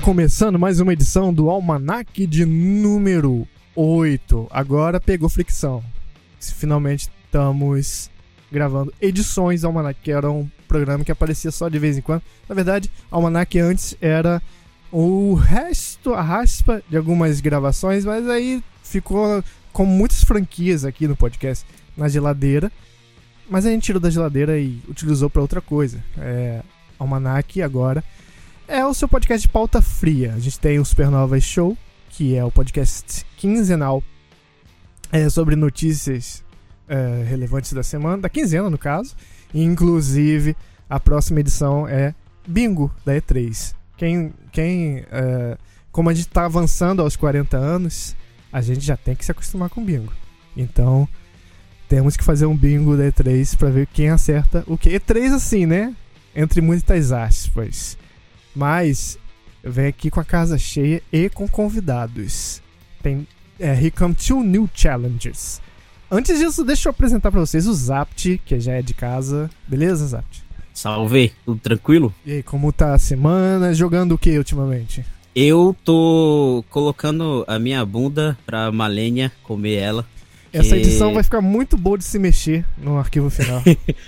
começando mais uma edição do Almanac de número 8. Agora pegou fricção. Finalmente estamos gravando edições do Almanac, que era um programa que aparecia só de vez em quando. Na verdade, Almanac antes era o resto, a raspa de algumas gravações, mas aí ficou com muitas franquias aqui no podcast na geladeira. Mas a gente tirou da geladeira e utilizou para outra coisa. Almanac agora é o seu podcast de pauta fria. A gente tem o Supernovas Show, que é o podcast quinzenal sobre notícias relevantes da semana, da quinzena no caso. Inclusive, a próxima edição é Bingo da E3. Como a gente tá avançando aos 40 anos, a gente já tem que se acostumar com bingo. Então, temos que fazer um bingo da E3 pra ver quem acerta o quê. E3 assim, né? Entre muitas aspas. Mas eu venho aqui com a casa cheia e com convidados. Tem Here Come Two New Challengers. Antes disso, deixa eu apresentar pra vocês o Zapt, que já é de casa. Beleza, Zapt? Salve, tudo tranquilo? E aí, como tá a semana? Jogando o que ultimamente? Eu tô colocando a minha bunda pra Malenia comer ela. Essa edição vai ficar muito boa de se mexer no arquivo final.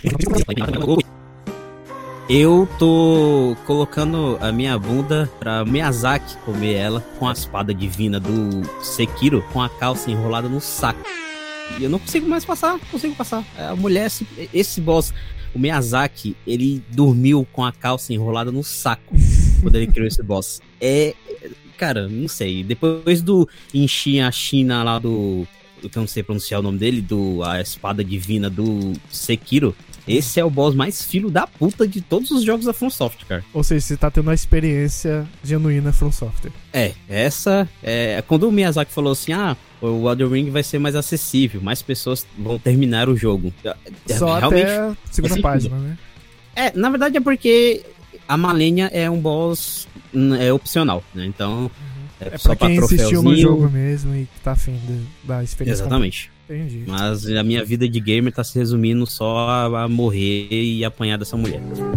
Eu tô colocando a minha bunda pra Miyazaki comer ela com a espada divina do Sekiro com a calça enrolada no saco. E eu não consigo mais passar, A mulher, esse boss, o Miyazaki, ele dormiu com a calça enrolada no saco quando ele criou esse boss. Cara, não sei, depois do Inshin Ashina lá do... eu não sei pronunciar o nome dele, a espada divina do Sekiro, esse é o boss mais filho da puta de todos os jogos da From Software, cara. Ou seja, você tá tendo uma experiência genuína From Software. Quando o Miyazaki falou assim, o Elden Ring vai ser mais acessível, mais pessoas vão terminar o jogo. Só realmente, até a segunda página, né? Na verdade é porque a Malenia é um boss opcional, né? Então... só pra quem insistiu no jogo mesmo e tá afim da experiência. Exatamente. Entendi. Mas a minha vida de gamer tá se resumindo só a morrer e apanhar dessa mulher.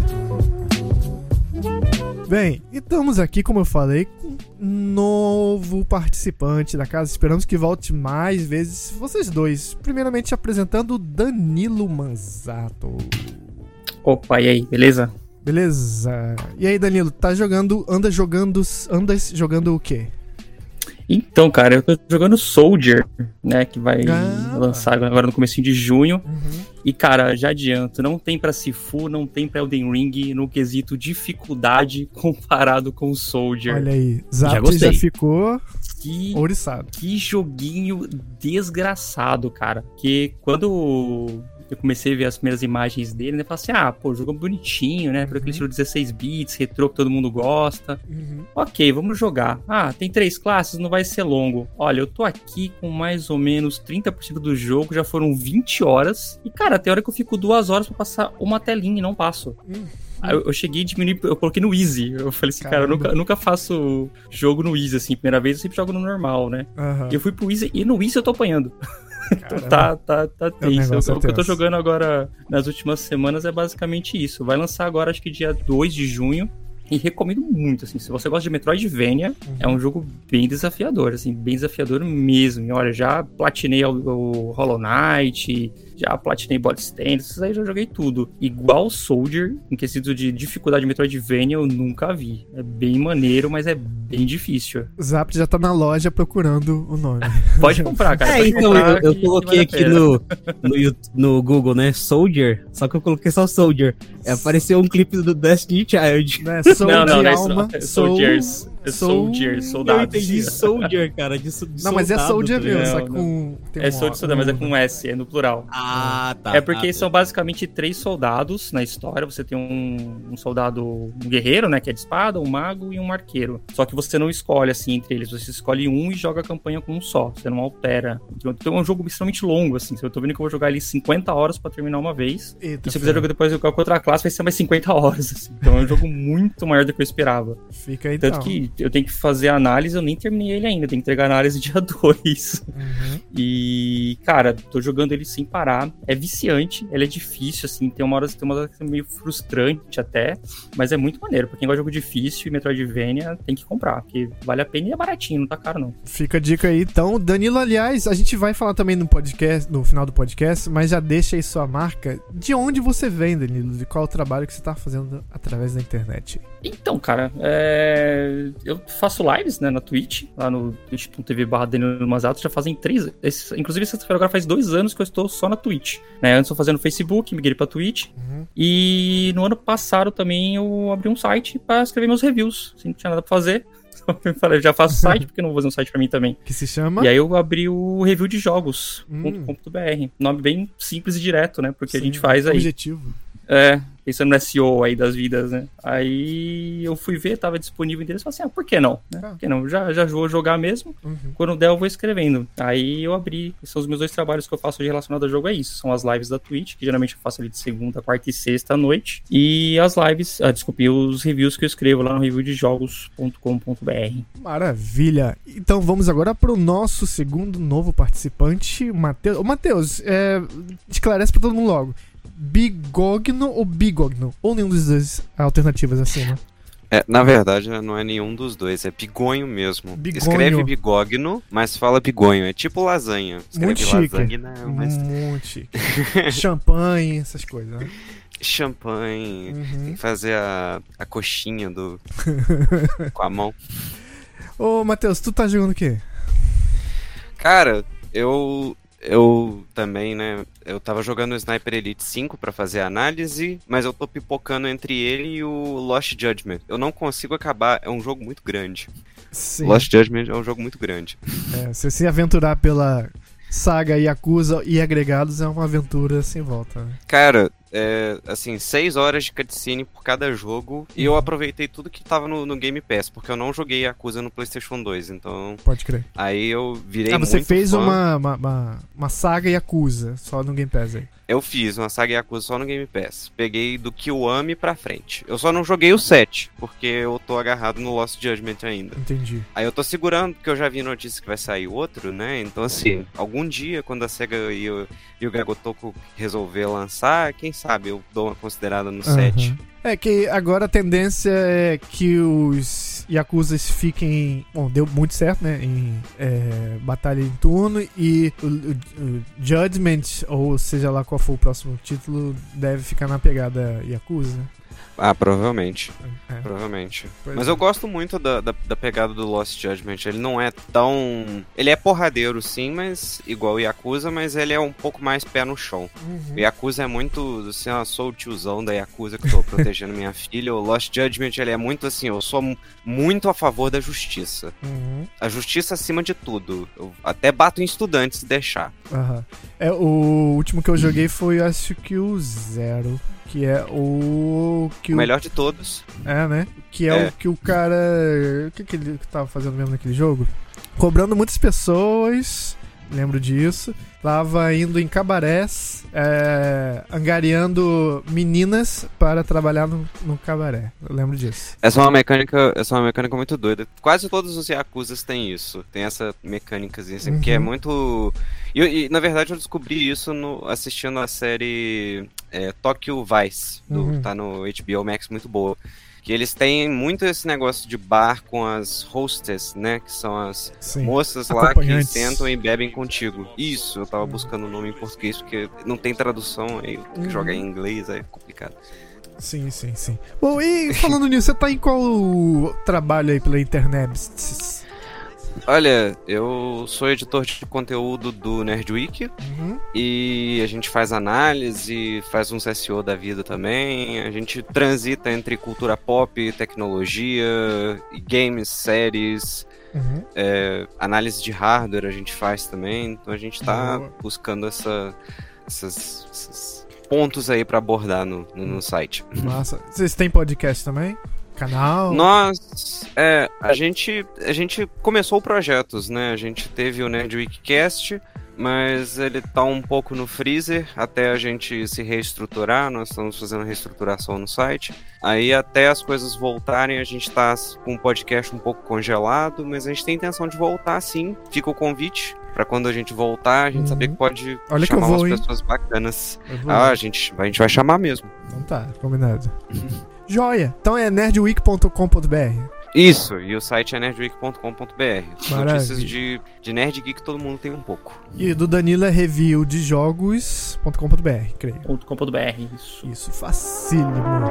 Bem, e estamos aqui, como eu falei, com um novo participante da casa. Esperamos que volte mais vezes. Vocês dois, primeiramente apresentando o Danilo Manzato. Opa, e aí, beleza? Beleza. E aí, Danilo, andas jogando o quê? Então, cara, eu tô jogando Soldier, né, que vai lançar agora no comecinho de junho. Uhum. E, cara, já adianto, não tem pra Sifu, não tem pra Elden Ring no quesito dificuldade comparado com Soldier. Olha aí, Zap já ficou ouriçado. Que joguinho desgraçado, cara. Porque quando eu comecei a ver as primeiras imagens dele, né? Falei assim, o jogo é bonitinho, né? Por aquele estilo 16 bits, retrô que todo mundo gosta. Uhum. Ok, vamos jogar. Tem 3 classes, não vai ser longo. Olha, eu tô aqui com mais ou menos 30% do jogo, já foram 20 horas. E, cara, tem hora que eu fico 2 horas pra passar uma telinha e não passo. Aí eu cheguei a diminuir, eu coloquei no Easy. Eu falei assim, cara, eu nunca faço jogo no Easy, assim. Primeira vez eu sempre jogo no normal, né? Uhum. E eu fui pro Easy, e no Easy eu tô apanhando. Tá tenso. O que eu tô jogando agora nas últimas semanas é basicamente isso. Vai lançar agora, acho que dia 2 de junho. E recomendo muito, assim, se você gosta de Metroidvania, é um jogo bem desafiador, assim, bem desafiador mesmo. E olha, já platinei o Hollow Knight, já platinei Bloodstained, isso aí já joguei tudo. Igual Soldier, em quesito de dificuldade de Metroidvania, eu nunca vi. É bem maneiro, mas é bem difícil. O Zap já tá na loja procurando o nome. Pode comprar, cara. Eu coloquei aqui no Google, né, Soldier, só que eu coloquei só Soldier. Apareceu um clipe do Destiny Child. Não, Soldiers. Soldiers, soldados. Eu entendi Soldier, cara, de não, mas é Soldier mesmo, só com... É Soldier, mas é com S, é no plural. Tá. É porque são basicamente 3 soldados na história. Você tem um soldado, um guerreiro, né, que é de espada, um mago e um arqueiro. Só que você não escolhe, assim, entre eles. Você escolhe um e joga a campanha com um só. Você não altera. Então é um jogo extremamente longo, assim. Eu tô vendo que eu vou jogar ali 50 horas pra terminar uma vez. Eita, e se eu quiser jogar depois com outra classe, vai ser mais 50 horas, assim. Então é um jogo muito maior do que eu esperava. Fica aí, então. Tanto que eu tenho que fazer a análise, eu nem terminei ele ainda, tenho que entregar a análise dia 2. E, cara, tô jogando ele sem parar. É viciante, ele é difícil, assim, tem uma hora que é meio frustrante até, mas é muito maneiro. Pra quem gosta de jogo difícil e Metroidvania, tem que comprar, porque vale a pena e é baratinho, não tá caro não. Fica a dica aí, então. Danilo, aliás, a gente vai falar também no podcast, no final do podcast, mas já deixa aí sua marca. De onde você vem, Danilo? De qual o trabalho que você tá fazendo através da internet? Então, cara, eu faço lives, né, na Twitch, lá no twitch.tv/Danilo Mazzato, já fazem 3... Inclusive, sexta-feira agora faz 2 anos que eu estou só na Twitch. Né? Antes eu fazia no Facebook, migrei pra Twitch. E no ano passado também eu abri um site pra escrever meus reviews. Assim, não tinha nada pra fazer. Eu falei, já faço site, porque não vou fazer um site pra mim também. Que se chama? E aí eu abri o reviewdejogos.com.br. Nome bem simples e direto, né? Porque a gente faz aí... Objetivo. Pensando no SEO aí das vidas, né? Aí eu fui ver, tava disponível o endereço e falei assim, por que não? Né? Por que não? Já vou jogar mesmo. Quando der eu vou escrevendo. Aí eu abri, esses são os meus 2 trabalhos que eu faço relacionado ao jogo, é isso. São as lives da Twitch, que geralmente eu faço ali de segunda, quarta e sexta à noite. E as lives, os reviews que eu escrevo lá no reviewdejogos.com.br. Maravilha! Então vamos agora pro nosso segundo novo participante, Matheus. Ô Matheus, esclarece pra todo mundo logo. Bigogno ou Bigogno? Ou nenhum dos dois alternativas acima? Na verdade, não é nenhum dos dois, é bigonho mesmo. Bigonho. Escreve bigogno, mas fala bigonho. É tipo lasanha. Escreve muito chique. lasanha, mas... Muito chique. Champanhe, essas coisas, né? Champanhe. Tem que fazer a coxinha com a mão. Ô, Matheus, tu tá jogando o quê? Cara, eu também, né, eu tava jogando o Sniper Elite 5 pra fazer a análise, mas eu tô pipocando entre ele e o Lost Judgment. Eu não consigo acabar, é um jogo muito grande. Sim. Lost Judgment é um jogo muito grande. Você se aventurar pela saga Yakuza e agregados é uma aventura sem volta, né? Cara, assim, 6 horas de cutscene por cada jogo, e eu aproveitei tudo que tava no Game Pass, porque eu não joguei Yakuza no PlayStation 2, então... Pode crer. Aí eu virei muito você fez fã. uma saga Yakuza só no Game Pass aí. Eu fiz uma saga Yakuza só no Game Pass. Peguei do Kiwami pra frente. Eu só não joguei o 7, porque eu tô agarrado no Lost Judgment ainda. Entendi. Aí eu tô segurando, porque eu já vi notícia que vai sair outro, né? Então, assim, algum dia, quando a SEGA e o Gagotoku resolver lançar, quem sabe eu dou uma considerada no 7. É que agora a tendência é que os Yakuzas fiquem... Bom, deu muito certo, né? Em batalha em turno. E o Judgment, ou seja lá qual for o próximo título, deve ficar na pegada Yakuza. Ah, provavelmente. Provavelmente. Mas eu gosto muito da pegada do Lost Judgment. Ele não é tão... Ele é porradeiro, sim, mas igual o Yakuza, mas ele é um pouco mais pé no chão. O Yakuza é muito, assim, eu sou o tiozão da Yakuza que tô protegendo minha filha. O Lost Judgment, ele é muito assim, eu sou muito a favor da justiça. A justiça acima de tudo. Eu até bato em estudantes se deixar. O último que eu joguei foi, acho que o 0. Que é o melhor de todos. Né? Que é o que o cara... O que ele tava fazendo mesmo naquele jogo? Cobrando muitas pessoas, lembro disso. Tava indo em cabarés, angariando meninas para trabalhar no cabaré. Eu lembro disso. Essa é uma mecânica muito doida. Quase todos os Yakuzas têm isso. Tem essa mecânicazinha assim, que é muito... E na verdade eu descobri isso assistindo a série Tokyo Vice, tá no HBO Max, muito boa. Que eles têm muito esse negócio de bar com as hostess, né? Que são as moças lá que sentam e bebem contigo. Isso, eu tava buscando o nome em português, porque não tem tradução, aí tem que jogar em inglês, é complicado. Sim. Bom, e falando nisso, você tá em qual trabalho aí pela internet? Olha, eu sou editor de conteúdo do Nerdwiki e a gente faz análise, faz uns SEO da vida também, a gente transita entre cultura pop, tecnologia, games, séries, análise de hardware a gente faz também, então a gente tá buscando esses pontos aí pra abordar no site. Massa. Vocês têm podcast também? Canal? Nós, a gente começou projetos, né? A gente teve o Nerdwikicast, mas ele tá um pouco no freezer até a gente se reestruturar. Nós estamos fazendo reestruturação no site. Aí até as coisas voltarem, a gente tá com o podcast um pouco congelado, mas a gente tem intenção de voltar sim. Fica o convite pra quando a gente voltar, a gente saber que pode chamar umas pessoas bacanas. A gente vai chamar mesmo. Então tá, combinado. Joia! Então é nerdweek.com.br. Isso, e o site é nerdweek.com.br. Notícias de Nerd Geek todo mundo tem um pouco. E do Danilo é review de jogos.com.br, creio. .com.br, isso. Isso, facílimo.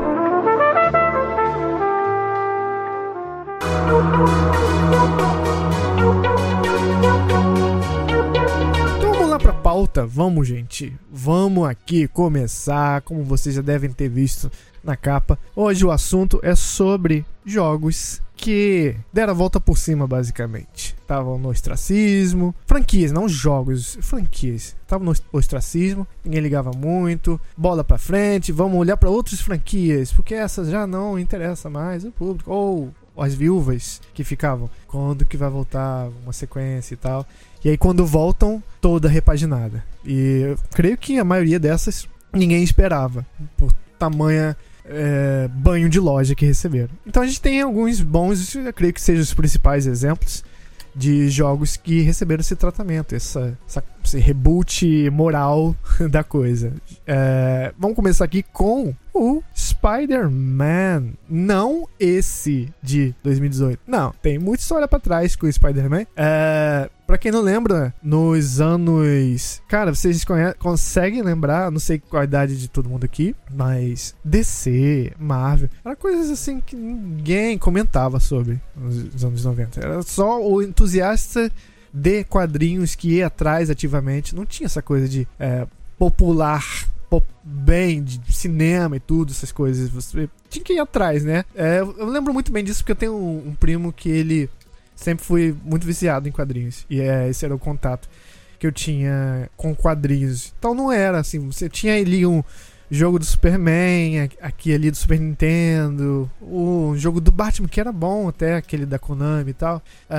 Então vamos lá pra pauta, vamos gente. Vamos aqui começar, como vocês já devem ter visto na capa. Hoje o assunto é sobre jogos que deram a volta por cima, basicamente. Estavam no ostracismo. Franquias, não jogos, franquias. Estavam no ostracismo, ninguém ligava muito. Bola pra frente, vamos olhar pra outras franquias, porque essas já não interessam mais o público. Ou as viúvas que ficavam, quando que vai voltar uma sequência e tal. E aí quando voltam, toda repaginada. E eu creio que a maioria dessas ninguém esperava, por tamanha banho de loja que receberam. Então a gente tem alguns bons, eu creio que sejam os principais exemplos de jogos que receberam esse tratamento, esse reboot moral da coisa. Vamos começar aqui com o Spider-Man. Não esse de 2018. Não, tem muita história pra trás com o Spider-Man. Pra quem não lembra, nos anos... Cara, vocês conseguem lembrar, não sei qual a idade de todo mundo aqui, mas DC, Marvel, eram coisas assim que ninguém comentava sobre nos anos 90. Era só o entusiasta de quadrinhos que ia atrás ativamente. Não tinha essa coisa de popular, bem, de cinema e tudo, essas coisas. Você tinha que ir atrás, né? Eu lembro muito bem disso porque eu tenho um primo que ele sempre foi muito viciado em quadrinhos. E esse era o contato que eu tinha com quadrinhos. Então não era assim, você tinha ali um jogo do Superman, aqui ali do Super Nintendo, o jogo do Batman, que era bom até, aquele da Konami e tal.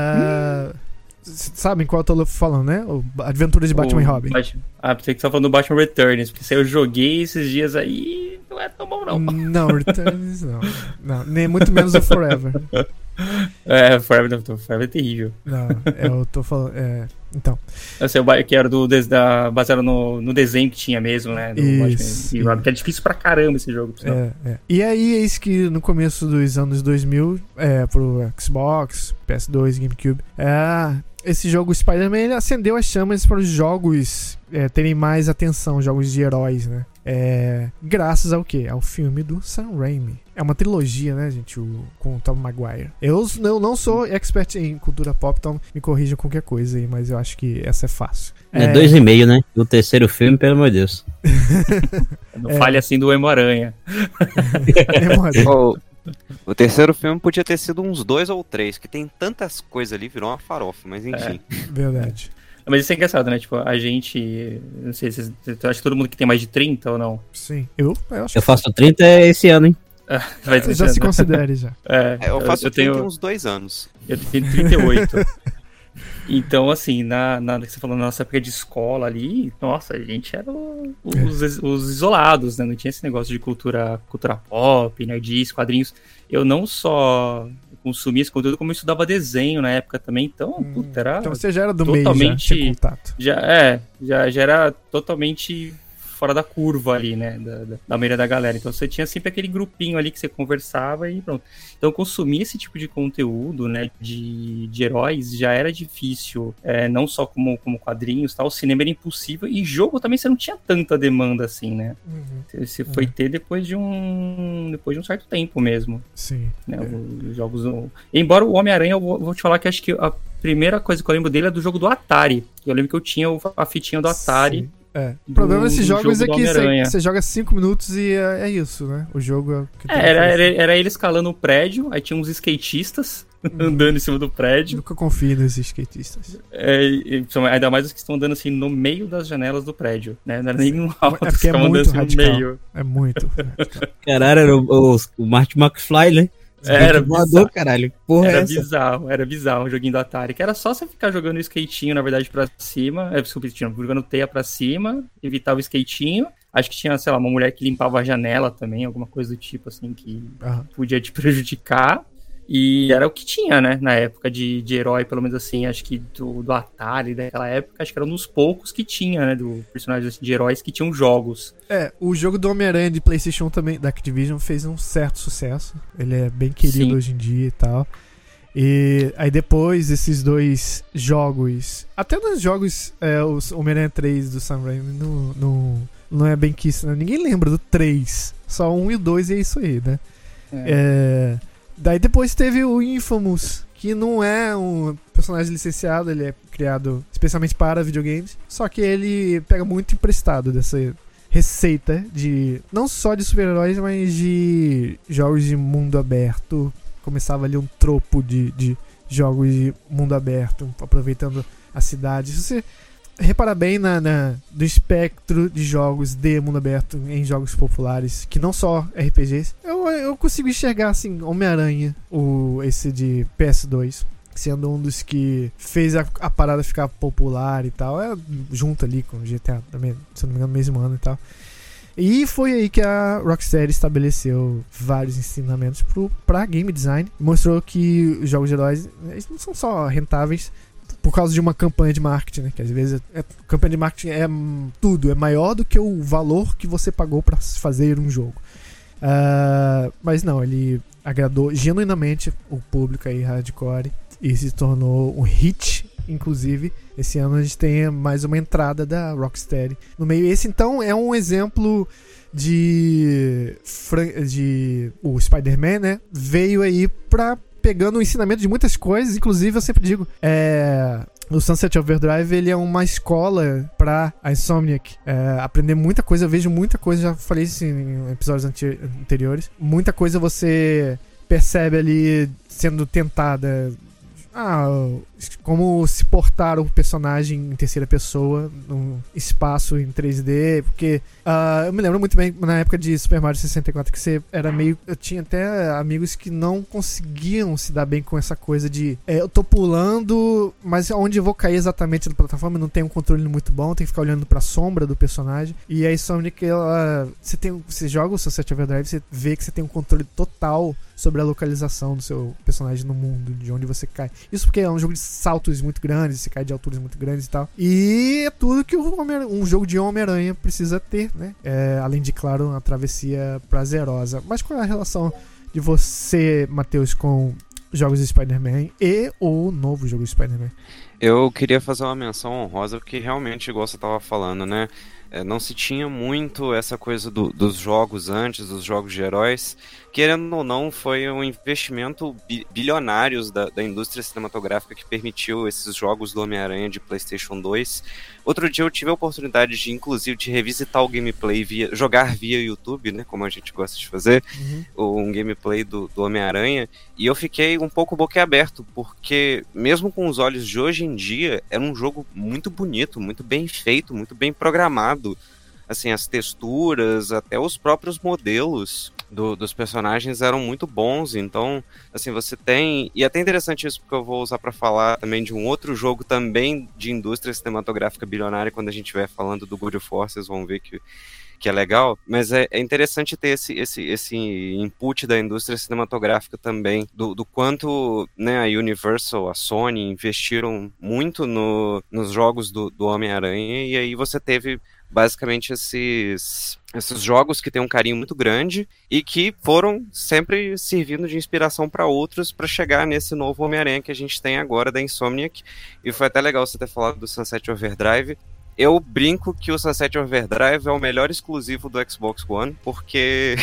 Sabem qual eu tô falando, né? Aventuras de Batman e Robin. Pensei que você tava falando do Batman Returns, porque se eu joguei esses dias aí, não é tão bom não. Não, Returns não, nem muito menos o Forever. Forever é terrível. Não, eu tô falando. Então. Eu sei, que era baseado no desenho que tinha mesmo, né? Do Batman e Robin, que é difícil pra caramba esse jogo. E aí, eis que no começo dos anos 2000, pro Xbox, PS2, GameCube, esse jogo Spider-Man ele acendeu as chamas para os jogos terem mais atenção, jogos de heróis, né? Graças ao quê? Ao filme do Sam Raimi. É uma trilogia, né, gente? Com o Tobey Maguire. Eu não sou expert em cultura pop, então me corrijam qualquer coisa aí, mas eu acho que essa é fácil. 2,5, né? O terceiro filme, pelo amor de Deus. Não fale assim do Homem-Aranha. O terceiro filme podia ter sido uns 2 ou 3, que tem tantas coisas ali, virou uma farofa, mas enfim. Verdade. Mas isso é engraçado, né? Tipo, a gente... Não sei, você acha que todo mundo que tem mais de 30 ou não? Sim. Eu acho eu faço 30 esse ano, hein? Já se considere, já. Eu faço 30 tem uns 2 anos. Eu tenho 38. Então, assim, na que você falou, na nossa época de escola ali, nossa, a gente era os isolados, né? Não tinha esse negócio de cultura pop, nerdice, quadrinhos. Eu não só consumia esse conteúdo, como eu estudava desenho na época também, então, era... Então você já era do meio, já tinha contato. Já era totalmente fora da curva ali, né, da maioria da galera. Então você tinha sempre aquele grupinho ali que você conversava e pronto. Então consumir esse tipo de conteúdo, né, de heróis já era difícil, não só como quadrinhos, tal. O cinema era impossível e jogo também você não tinha tanta demanda assim, né. Você foi ter depois de um certo tempo mesmo. Sim. Né, os jogos... Embora o Homem-Aranha, eu vou te falar que acho que a primeira coisa que eu lembro dele é do jogo do Atari. Eu lembro que eu tinha a fitinha do Atari. Sim. O problema desses jogos é que você joga 5 minutos e é isso, né? O jogo é o que era ele escalando o prédio, aí tinha uns skatistas andando em cima do prédio. Nunca confio nesses skatistas. Ainda mais os que estão andando assim no meio das janelas do prédio, né? Não era nem no alto, porque estavam andando assim radical. no meio. É muito radical. Caralho, era o Marty McFly, né? Era bizarro, caralho. Porra, era essa? bizarro um joguinho do Atari, que era só você ficar jogando o skatinho, na verdade, pra cima, desculpa, jogando teia pra cima, evitar o skatinho. Acho que tinha, sei lá, uma mulher que limpava a janela também, alguma coisa do tipo, assim, que podia te prejudicar. E era o que tinha, né, na época de herói, pelo menos assim, acho que do Atari daquela época, acho que era um dos poucos que tinha, né, do personagens assim, de heróis que tinham jogos. O jogo do Homem-Aranha de PlayStation também, da Activision, fez um certo sucesso. Ele é bem querido hoje em dia e tal. E aí depois esses dois jogos, até nos jogos, o Homem-Aranha 3 do Sam Raimi não é bem que isso, né? Ninguém lembra do 3, só o 1 e o 2 e é isso aí, né? Daí depois teve o Infamous, que não é um personagem licenciado, ele é criado especialmente para videogames, só que ele pega muito emprestado dessa receita de não só de super-heróis, mas de jogos de mundo aberto. Começava ali um tropo de jogos de mundo aberto, aproveitando a cidade. Se você reparar bem do espectro de jogos de mundo aberto em jogos populares, que não só RPGs, eu consigo enxergar assim, Homem-Aranha, esse de PS2, sendo um dos que fez a parada ficar popular e tal, junto ali com o GTA também, se não me engano, no mesmo ano e tal. E foi aí que a Rocksteady estabeleceu vários ensinamentos pra game design. Mostrou que os jogos de heróis eles não são só rentáveis por causa de uma campanha de marketing, né? Que às vezes a campanha de marketing é tudo, é maior do que o valor que você pagou pra fazer um jogo. Mas não, ele agradou genuinamente o público aí hardcore e se tornou um hit. Inclusive, esse ano a gente tem mais uma entrada da Rocksteady no meio. Esse, então, é um exemplo de o Spider-Man, né? Veio aí pegando o ensinamento de muitas coisas. Inclusive, eu sempre digo, o Sunset Overdrive, ele é uma escola pra a Insomniac aprender muita coisa. Eu vejo muita coisa, já falei isso em episódios anteriores. Muita coisa você percebe ali sendo tentada. Como se portar o personagem em terceira pessoa num espaço em 3D, porque eu me lembro muito bem na época de Super Mario 64 que você era meio... Eu tinha até amigos que não conseguiam se dar bem com essa coisa de eu tô pulando, mas onde eu vou cair exatamente na plataforma, eu não tenho um controle muito bom, tem que ficar olhando pra sombra do personagem. E a Insomniac, você joga o Sunset Overdrive, você vê que você tem um controle total sobre a localização do seu personagem no mundo, de onde você cai. Isso porque é um jogo de saltos muito grandes, você cai de alturas muito grandes e tal. E é tudo que um jogo de Homem-Aranha precisa ter, né? Além de, claro, uma travessia prazerosa. Mas qual é a relação de você, Matheus, com jogos de Spider-Man e o novo jogo de Spider-Man? Eu queria fazer uma menção honrosa, porque realmente, igual você estava falando, né? Não se tinha muito essa coisa dos jogos antes, dos jogos de heróis. Querendo ou não, foi um investimento bilionários da indústria cinematográfica que permitiu esses jogos do Homem-Aranha de PlayStation 2. Outro dia eu tive a oportunidade de, inclusive, de revisitar o gameplay, jogar via YouTube, né, como a gente gosta de fazer, um gameplay do Homem-Aranha, e eu fiquei um pouco boquiaberto, porque mesmo com os olhos de hoje em dia, era um jogo muito bonito, muito bem feito, muito bem programado. Assim, as texturas, até os próprios modelos dos personagens eram muito bons. Então, assim, você tem... E é até interessante isso, porque eu vou usar para falar também de um outro jogo também de indústria cinematográfica bilionária. Quando a gente estiver falando do God of War, vocês vão ver que é legal. Mas é interessante ter esse input da indústria cinematográfica também, do quanto, né, a Universal, a Sony investiram muito nos jogos do Homem-Aranha. E aí você teve basicamente esses jogos que têm um carinho muito grande e que foram sempre servindo de inspiração para outros para chegar nesse novo Homem-Aranha que a gente tem agora da Insomniac. E foi até legal você ter falado do Sunset Overdrive. Eu brinco que o Sunset Overdrive é o melhor exclusivo do Xbox One, porque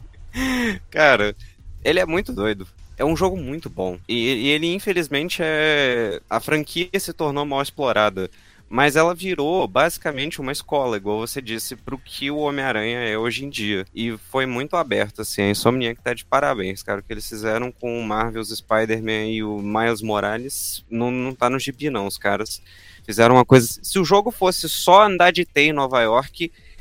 cara, ele é muito doido. É um jogo muito bom. E ele, infelizmente, a franquia se tornou mal explorada. Mas ela virou basicamente uma escola, igual você disse, pro que o Homem-Aranha é hoje em dia. E foi muito aberto, assim, a Insomniac tá de parabéns, cara. O que eles fizeram com o Marvel's Spider-Man e o Miles Morales não tá no gibi, não. Os caras fizeram uma coisa... Se o jogo fosse só andar de T em Nova York,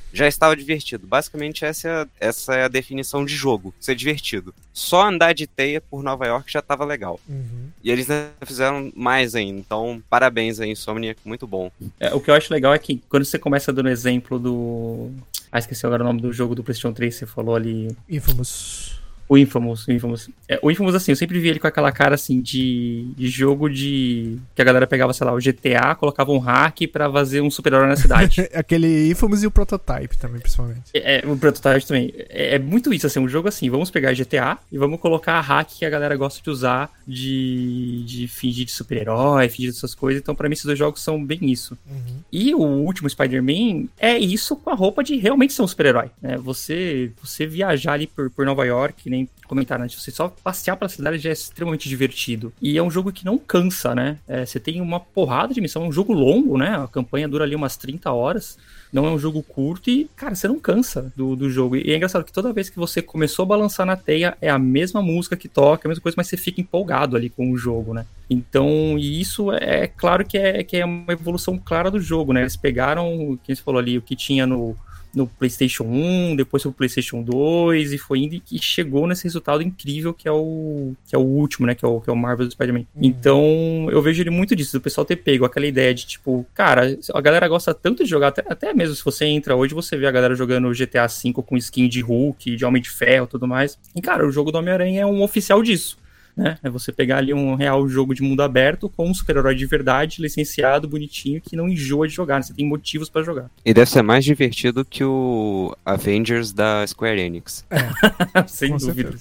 já estava divertido. Basicamente essa é a definição de jogo, ser divertido. Só andar de teia por Nova York já estava legal. E eles fizeram mais ainda, então parabéns aí, Insomniac, muito bom. O que eu acho legal é que quando você começa dando exemplo do... esqueci agora o nome do jogo do PlayStation 3, você falou ali... O Infamous. O Infamous, assim, eu sempre vi ele com aquela cara, assim, de jogo de... que a galera pegava, sei lá, o GTA, colocava um hack pra fazer um super-herói na cidade. Aquele Infamous e o Prototype também, principalmente. O Prototype também. É muito isso, assim, um jogo assim, vamos pegar GTA e vamos colocar a hack que a galera gosta de usar de fingir de super-herói, fingir dessas coisas. Então, pra mim, esses dois jogos são bem isso. E o último Spider-Man é isso com a roupa de realmente ser um super-herói, né? Você viajar ali por Nova York, nem comentaram antes, você só passear pela cidade já é extremamente divertido. E é um jogo que não cansa, né? Você tem uma porrada de missão, é um jogo longo, né? A campanha dura ali umas 30 horas. Não é um jogo curto e, cara, você não cansa do jogo. E é engraçado que toda vez que você começou a balançar na teia, é a mesma música que toca, a mesma coisa, mas você fica empolgado ali com o jogo, né? Então, e isso é claro que é uma evolução clara do jogo, né? Eles pegaram, quem você falou ali, o que tinha no PlayStation 1, depois pro PlayStation 2, e foi indo e chegou nesse resultado incrível que é o último, né, que é o Marvel do Spider-Man. Então, eu vejo ele muito disso, do pessoal ter pego aquela ideia de, tipo, cara, a galera gosta tanto de jogar, até mesmo se você entra hoje, você vê a galera jogando GTA V com skin de Hulk, de Homem de Ferro e tudo mais. E, cara, o jogo do Homem-Aranha é um oficial disso. Né? É você pegar ali um real jogo de mundo aberto com um super-herói de verdade, licenciado, bonitinho, que não enjoa de jogar, né? Você tem motivos pra jogar. E deve ser mais divertido que o Avengers da Square Enix. Sem dúvida.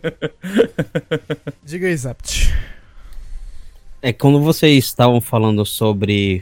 Diga aí, Zapt. Quando vocês estavam falando sobre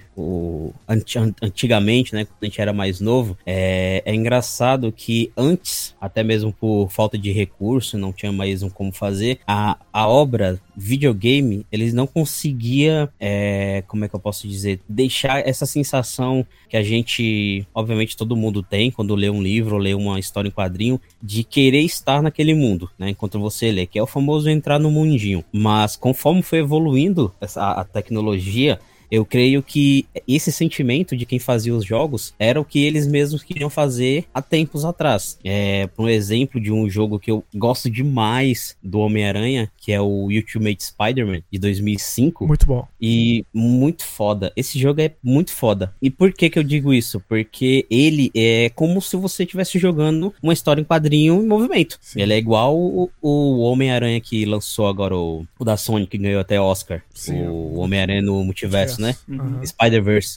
antigamente, né, quando a gente era mais novo, é engraçado que antes, até mesmo por falta de recurso, não tinha mais como fazer, a obra videogame, eles não conseguia, como é que eu posso dizer, deixar essa sensação que a gente, obviamente todo mundo tem quando lê um livro ou lê uma história em quadrinho, de querer estar naquele mundo, né, enquanto você lê, que é o famoso entrar no mundinho. Mas conforme foi evoluindo a tecnologia, eu creio que esse sentimento de quem fazia os jogos era o que eles mesmos queriam fazer há tempos atrás. Por um exemplo de um jogo que eu gosto demais do Homem-Aranha, que é o Ultimate Spider-Man, de 2005. Muito bom. E muito foda. Esse jogo é muito foda. E por que eu digo isso? Porque ele é como se você estivesse jogando uma história em quadrinho em movimento. Sim. Ele é igual o Homem-Aranha que lançou agora, o da Sony, que ganhou até Oscar. Sim, o Homem-Aranha no Multiverso, né? Spider-Verse,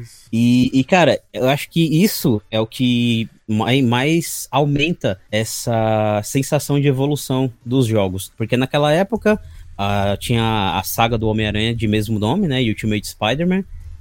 E, cara, eu acho que isso é o que mais aumenta essa sensação de evolução dos jogos. Porque naquela época tinha a saga do Homem-Aranha de mesmo nome, né? Ultimate Spider-Man,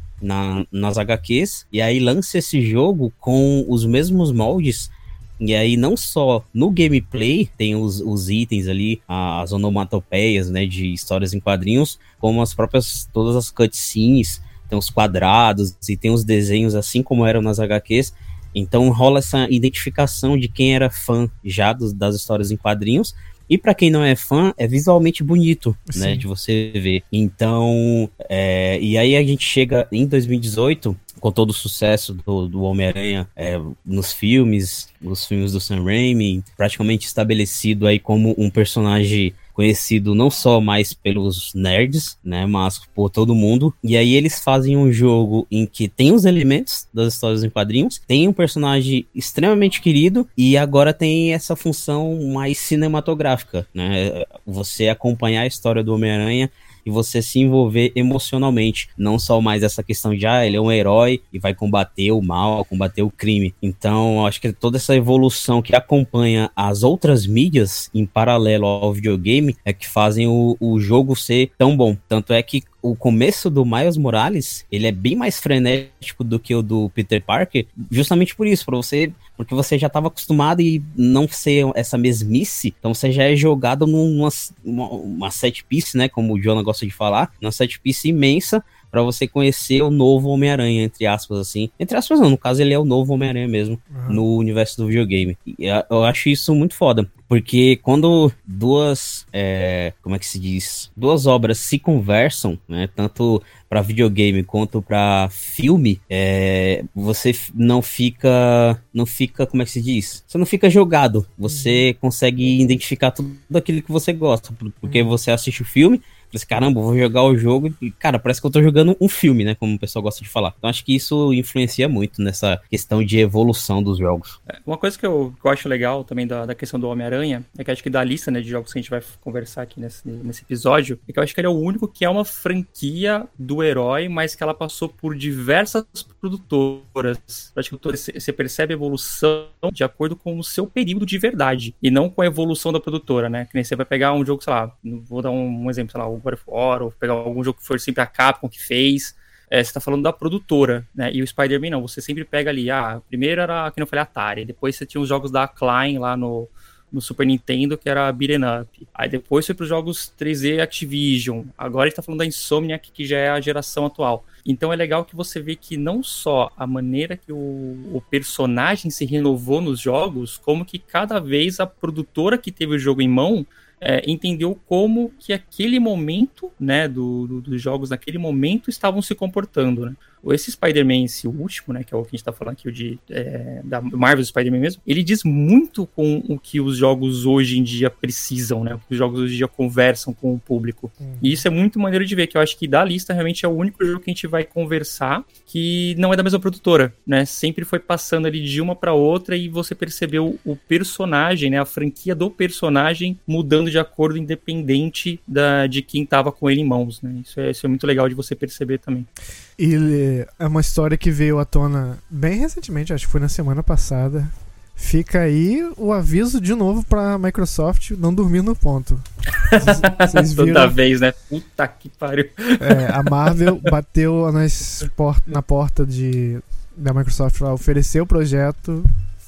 nas HQs. E aí lança esse jogo com os mesmos moldes. E aí não só no gameplay tem os itens ali, as onomatopeias, né, de histórias em quadrinhos, como todas as cutscenes, tem os quadrados e tem os desenhos assim como eram nas HQs. Então rola essa identificação de quem era fã já das histórias em quadrinhos. E pra quem não é fã, é visualmente bonito, né, de você ver. Então, e aí a gente chega em 2018, com todo o sucesso do Homem-Aranha nos filmes do Sam Raimi, praticamente estabelecido aí como um personagem conhecido não só mais pelos nerds, né, mas por todo mundo. E aí eles fazem um jogo em que tem os elementos das histórias em quadrinhos, tem um personagem extremamente querido e agora tem essa função mais cinematográfica, né? Você acompanhar a história do Homem-Aranha e você se envolver emocionalmente, não só mais essa questão de ele é um herói e vai combater o mal, combater o crime. Então, eu acho que toda essa evolução que acompanha as outras mídias em paralelo ao videogame é que fazem o jogo ser tão bom. Tanto é que o começo do Miles Morales, ele é bem mais frenético do que o do Peter Parker, justamente por isso, porque você já estava acostumado e não ser essa mesmice, então você já é jogado numa set piece, né, como o Jonah gosta de falar, uma set piece imensa, pra você conhecer o novo Homem-Aranha, entre aspas, assim. Entre aspas não, no caso ele é o novo Homem-Aranha mesmo, no universo do videogame. E eu acho isso muito foda. Porque quando duas obras se conversam, né, tanto para videogame quanto para filme, você não fica, como é que se diz? Você não fica jogado, você consegue identificar tudo aquilo que você gosta, porque você assiste o filme, assim, caramba, vou jogar o jogo e, cara, parece que eu tô jogando um filme, né, como o pessoal gosta de falar. Então acho que isso influencia muito nessa questão de evolução dos jogos. Uma coisa que eu acho legal também da questão do Homem-Aranha, é que acho que da lista, né, de jogos que a gente vai conversar aqui nesse episódio, é que eu acho que ele é o único que é uma franquia do herói, mas que ela passou por diversas produtoras. Acho que você percebe a evolução de acordo com o seu período de verdade, e não com a evolução da produtora, né, que nem você vai pegar um jogo, sei lá, vou dar um exemplo, sei lá, o God of War, ou pegar algum jogo que for sempre a Capcom que fez, você tá falando da produtora, né, e o Spider-Man não, você sempre pega ali, primeiro era, que não falei, Atari, depois você tinha os jogos da Acclaim lá no Super Nintendo, que era Beat'em Up, aí depois foi pros jogos 3D Activision, agora a gente tá falando da Insomniac, que já é a geração atual. Então é legal que você vê que não só a maneira que o personagem se renovou nos jogos, como que cada vez a produtora que teve o jogo em mão entendeu como que aquele momento, né, dos jogos naquele momento estavam se comportando, né. Esse Spider-Man, esse último, né, que é o que a gente tá falando aqui, da Marvel Spider-Man mesmo, ele diz muito com o que os jogos hoje em dia precisam, né, o que os jogos hoje em dia conversam com o público. E isso é muito maneiro de ver, que eu acho que da lista realmente é o único jogo que a gente vai conversar que não é da mesma produtora, né, sempre foi passando ali de uma pra outra e você percebeu o personagem, né, a franquia do personagem mudando de acordo independente de quem tava com ele em mãos, né, isso é muito legal de você perceber também. E é uma história que veio à tona bem recentemente, acho que foi na semana passada. Fica aí o aviso de novo pra Microsoft não dormir no ponto. Vocês viram? Toda vez, né? Puta que pariu. A Marvel bateu na porta da Microsoft pra oferecer o projeto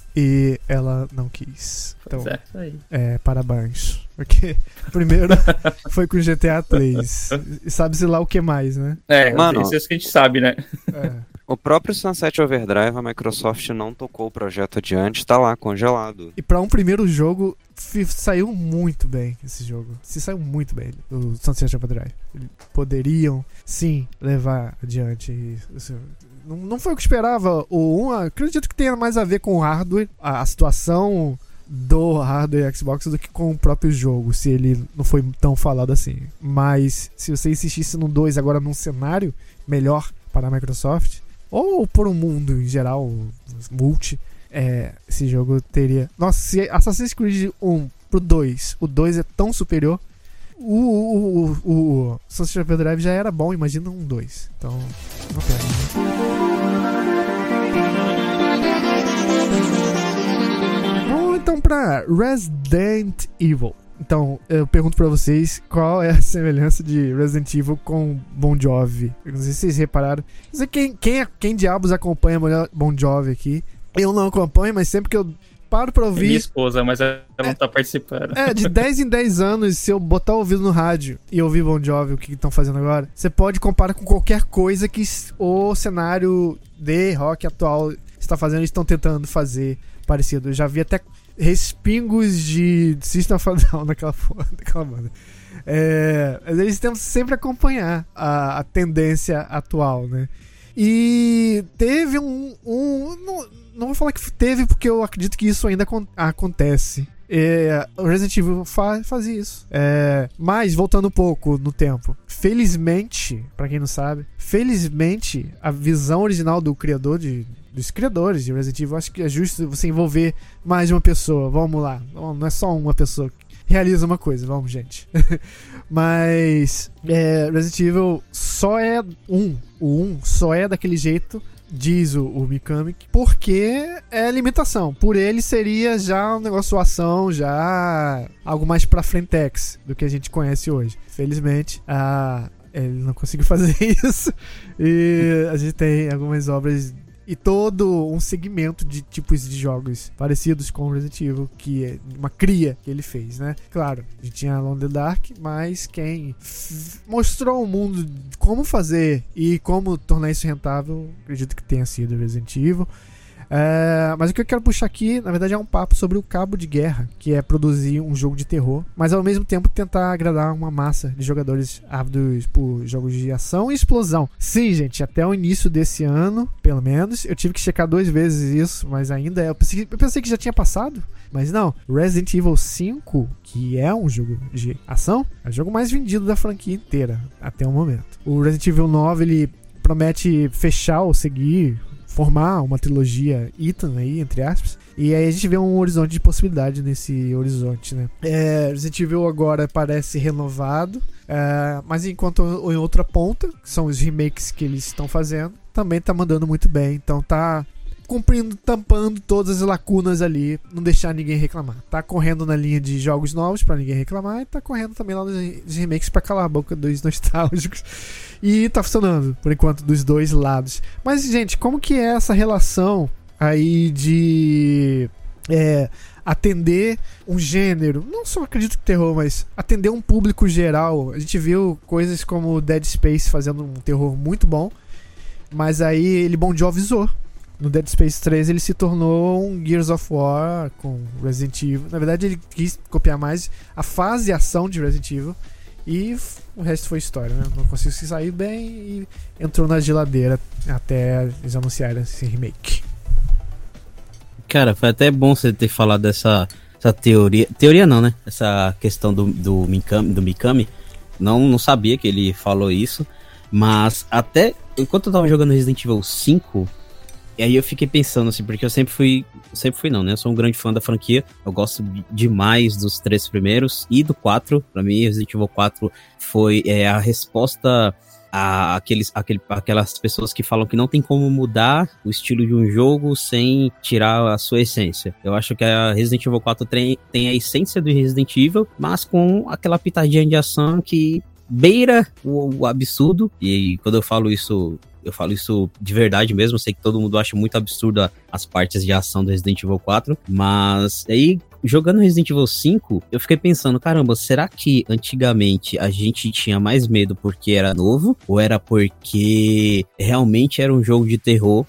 e ela não quis. Então, isso aí. Parabéns. Porque primeiro foi com GTA 3. E sabe-se lá o que mais, né? Mano, isso é isso que a gente sabe, né? O próprio Sunset Overdrive, a Microsoft não tocou o projeto adiante, tá lá, congelado. E pra um primeiro jogo, saiu muito bem esse jogo. Se saiu muito bem, o Sunset Overdrive. Poderiam, sim, levar adiante isso. Não foi o que esperava. Acredito que tenha mais a ver com o hardware, a situação do hardware Xbox do que com o próprio jogo, se ele não foi tão falado assim. Mas se você insistisse no 2 agora num cenário melhor para a Microsoft, ou por um mundo em geral, multi, esse jogo teria... Nossa, se Assassin's Creed 1 pro 2, o 2 é tão superior, o Sunset Overdrive já era bom, imagina um 2. Então, não quero. Vamos então pra Resident Evil. Então, eu pergunto pra vocês qual é a semelhança de Resident Evil com Bon Jovi. Eu não sei se vocês repararam. Não sei quem diabos acompanha Bon Jovi aqui. Eu não acompanho, mas sempre que eu paro pra ouvir... Minha esposa, mas ela não tá participando. De 10 em 10 anos, se eu botar o ouvido no rádio e ouvir Bon Jovi, o que estão fazendo agora, você pode comparar com qualquer coisa que o cenário de rock atual está fazendo, eles estão tentando fazer parecido. Eu já vi até respingos de System of a Down daquela banda. Eles tentam sempre acompanhar a tendência atual, né? E teve não vou falar que teve, porque eu acredito que isso ainda acontece. O Resident Evil fazia isso. Mas, voltando um pouco no tempo, felizmente, pra quem não sabe, a visão original do criador dos criadores de Resident Evil, acho que é justo você envolver mais de uma pessoa. Vamos lá, não é só uma pessoa que realiza uma coisa, vamos, gente. Mas Resident Evil só é o 1 só é daquele jeito, diz o Mikami, porque é limitação. Por ele seria já um negócio ação, já algo mais pra frentex do que a gente conhece hoje. Felizmente, ele não conseguiu fazer isso. E a gente tem algumas obras e todo um segmento de tipos de jogos parecidos com Resident Evil, que é uma cria que ele fez, né? Claro, a gente tinha Alone in the Dark, mas quem mostrou ao mundo como fazer e como tornar isso rentável, acredito que tenha sido Resident Evil. Mas o que eu quero puxar aqui, na verdade, é um papo sobre o cabo de guerra, que é produzir um jogo de terror, mas ao mesmo tempo tentar agradar uma massa de jogadores ávidos por jogos de ação e explosão. Sim, gente, até o início desse ano, pelo menos, eu tive que checar 2 vezes isso, mas ainda eu pensei que já tinha passado, mas não. Resident Evil 5, que é um jogo de ação, é o jogo mais vendido da franquia inteira até o momento. O Resident Evil 9, ele promete fechar ou seguir, formar uma trilogia Ethan aí, entre aspas, e aí a gente vê um horizonte de possibilidade nesse horizonte, né? Resident Evil agora parece renovado, mas enquanto em outra ponta, que são os remakes que eles estão fazendo, também tá mandando muito bem, então tá cumprindo, tampando todas as lacunas ali, não deixar ninguém reclamar. Tá correndo na linha de jogos novos pra ninguém reclamar, e tá correndo também lá nos remakes pra calar a boca dos nostálgicos. E tá funcionando, por enquanto, dos dois lados. Mas, gente, como que é essa relação aí de atender um gênero, não só acredito que terror, mas atender um público geral? A gente viu coisas como Dead Space fazendo um terror muito bom, mas aí ele Bon Jovi avisou. No Dead Space 3 ele se tornou um Gears of War com Resident Evil. Na verdade ele quis copiar mais a fase e ação de Resident Evil, e o resto foi história, né? Não conseguiu se sair bem e entrou na geladeira até eles anunciarem esse remake. Cara, foi até bom você ter falado dessa teoria. Teoria não, né? Essa questão do Mikami. Não sabia que ele falou isso, mas até enquanto eu tava jogando Resident Evil 5, e aí eu fiquei pensando assim, porque eu sempre fui não, né? Eu sou um grande fã da franquia, eu gosto demais dos 3 primeiros e do 4. Pra mim, Resident Evil 4 foi a resposta a aquelas pessoas que falam que não tem como mudar o estilo de um jogo sem tirar a sua essência. Eu acho que a Resident Evil 4 tem a essência do Resident Evil, mas com aquela pitadinha de ação que beira o absurdo. E quando eu falo isso de verdade mesmo. Eu sei que todo mundo acha muito absurdo as partes de ação do Resident Evil 4, mas aí, jogando Resident Evil 5, eu fiquei pensando, caramba, será que antigamente a gente tinha mais medo porque era novo? Ou era porque realmente era um jogo de terror?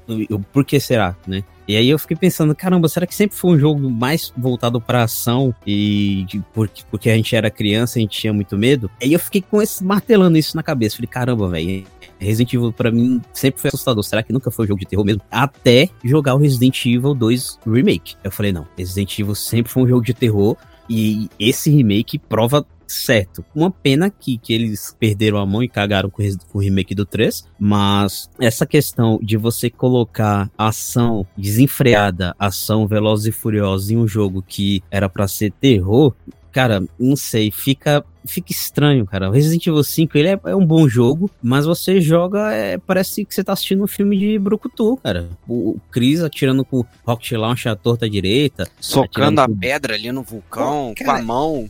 Por que será, né? E aí eu fiquei pensando, caramba, será que sempre foi um jogo mais voltado pra ação e porque a gente era criança, a gente tinha muito medo? Aí eu fiquei martelando isso na cabeça. Falei, caramba, velho, Resident Evil pra mim sempre foi assustador. Será que nunca foi um jogo de terror mesmo? Até jogar o Resident Evil 2 Remake. Eu falei, não, Resident Evil sempre foi um jogo de terror e esse remake prova certo. Uma pena que eles perderam a mão e cagaram com o remake do 3, mas essa questão de você colocar ação desenfreada, ação veloz e furiosa em um jogo que era pra ser terror, cara, não sei, fica estranho, cara. O Resident Evil 5, ele é um bom jogo, mas você joga, parece que você tá assistindo um filme de brucutu, cara. O Chris atirando com o Rocket Launcher à torta direita, socando a pedra ali no vulcão, com a mão.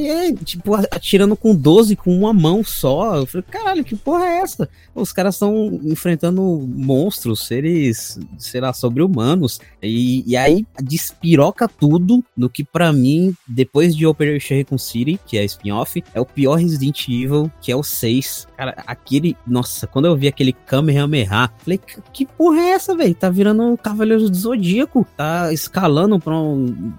Tipo, atirando com 12 com uma mão só. Eu falei, caralho, que porra é essa? Os caras estão enfrentando monstros, seres, sei lá, sobre-humanos. E aí despiroca tudo no que pra mim, depois de Operation Raccoon City, que é spin-off, é o pior Resident Evil, que é o 6. Cara, nossa, quando eu vi aquele Kamehameha, falei, que porra é essa, velho? Tá virando um Cavaleiro do Zodíaco. Tá escalando pra um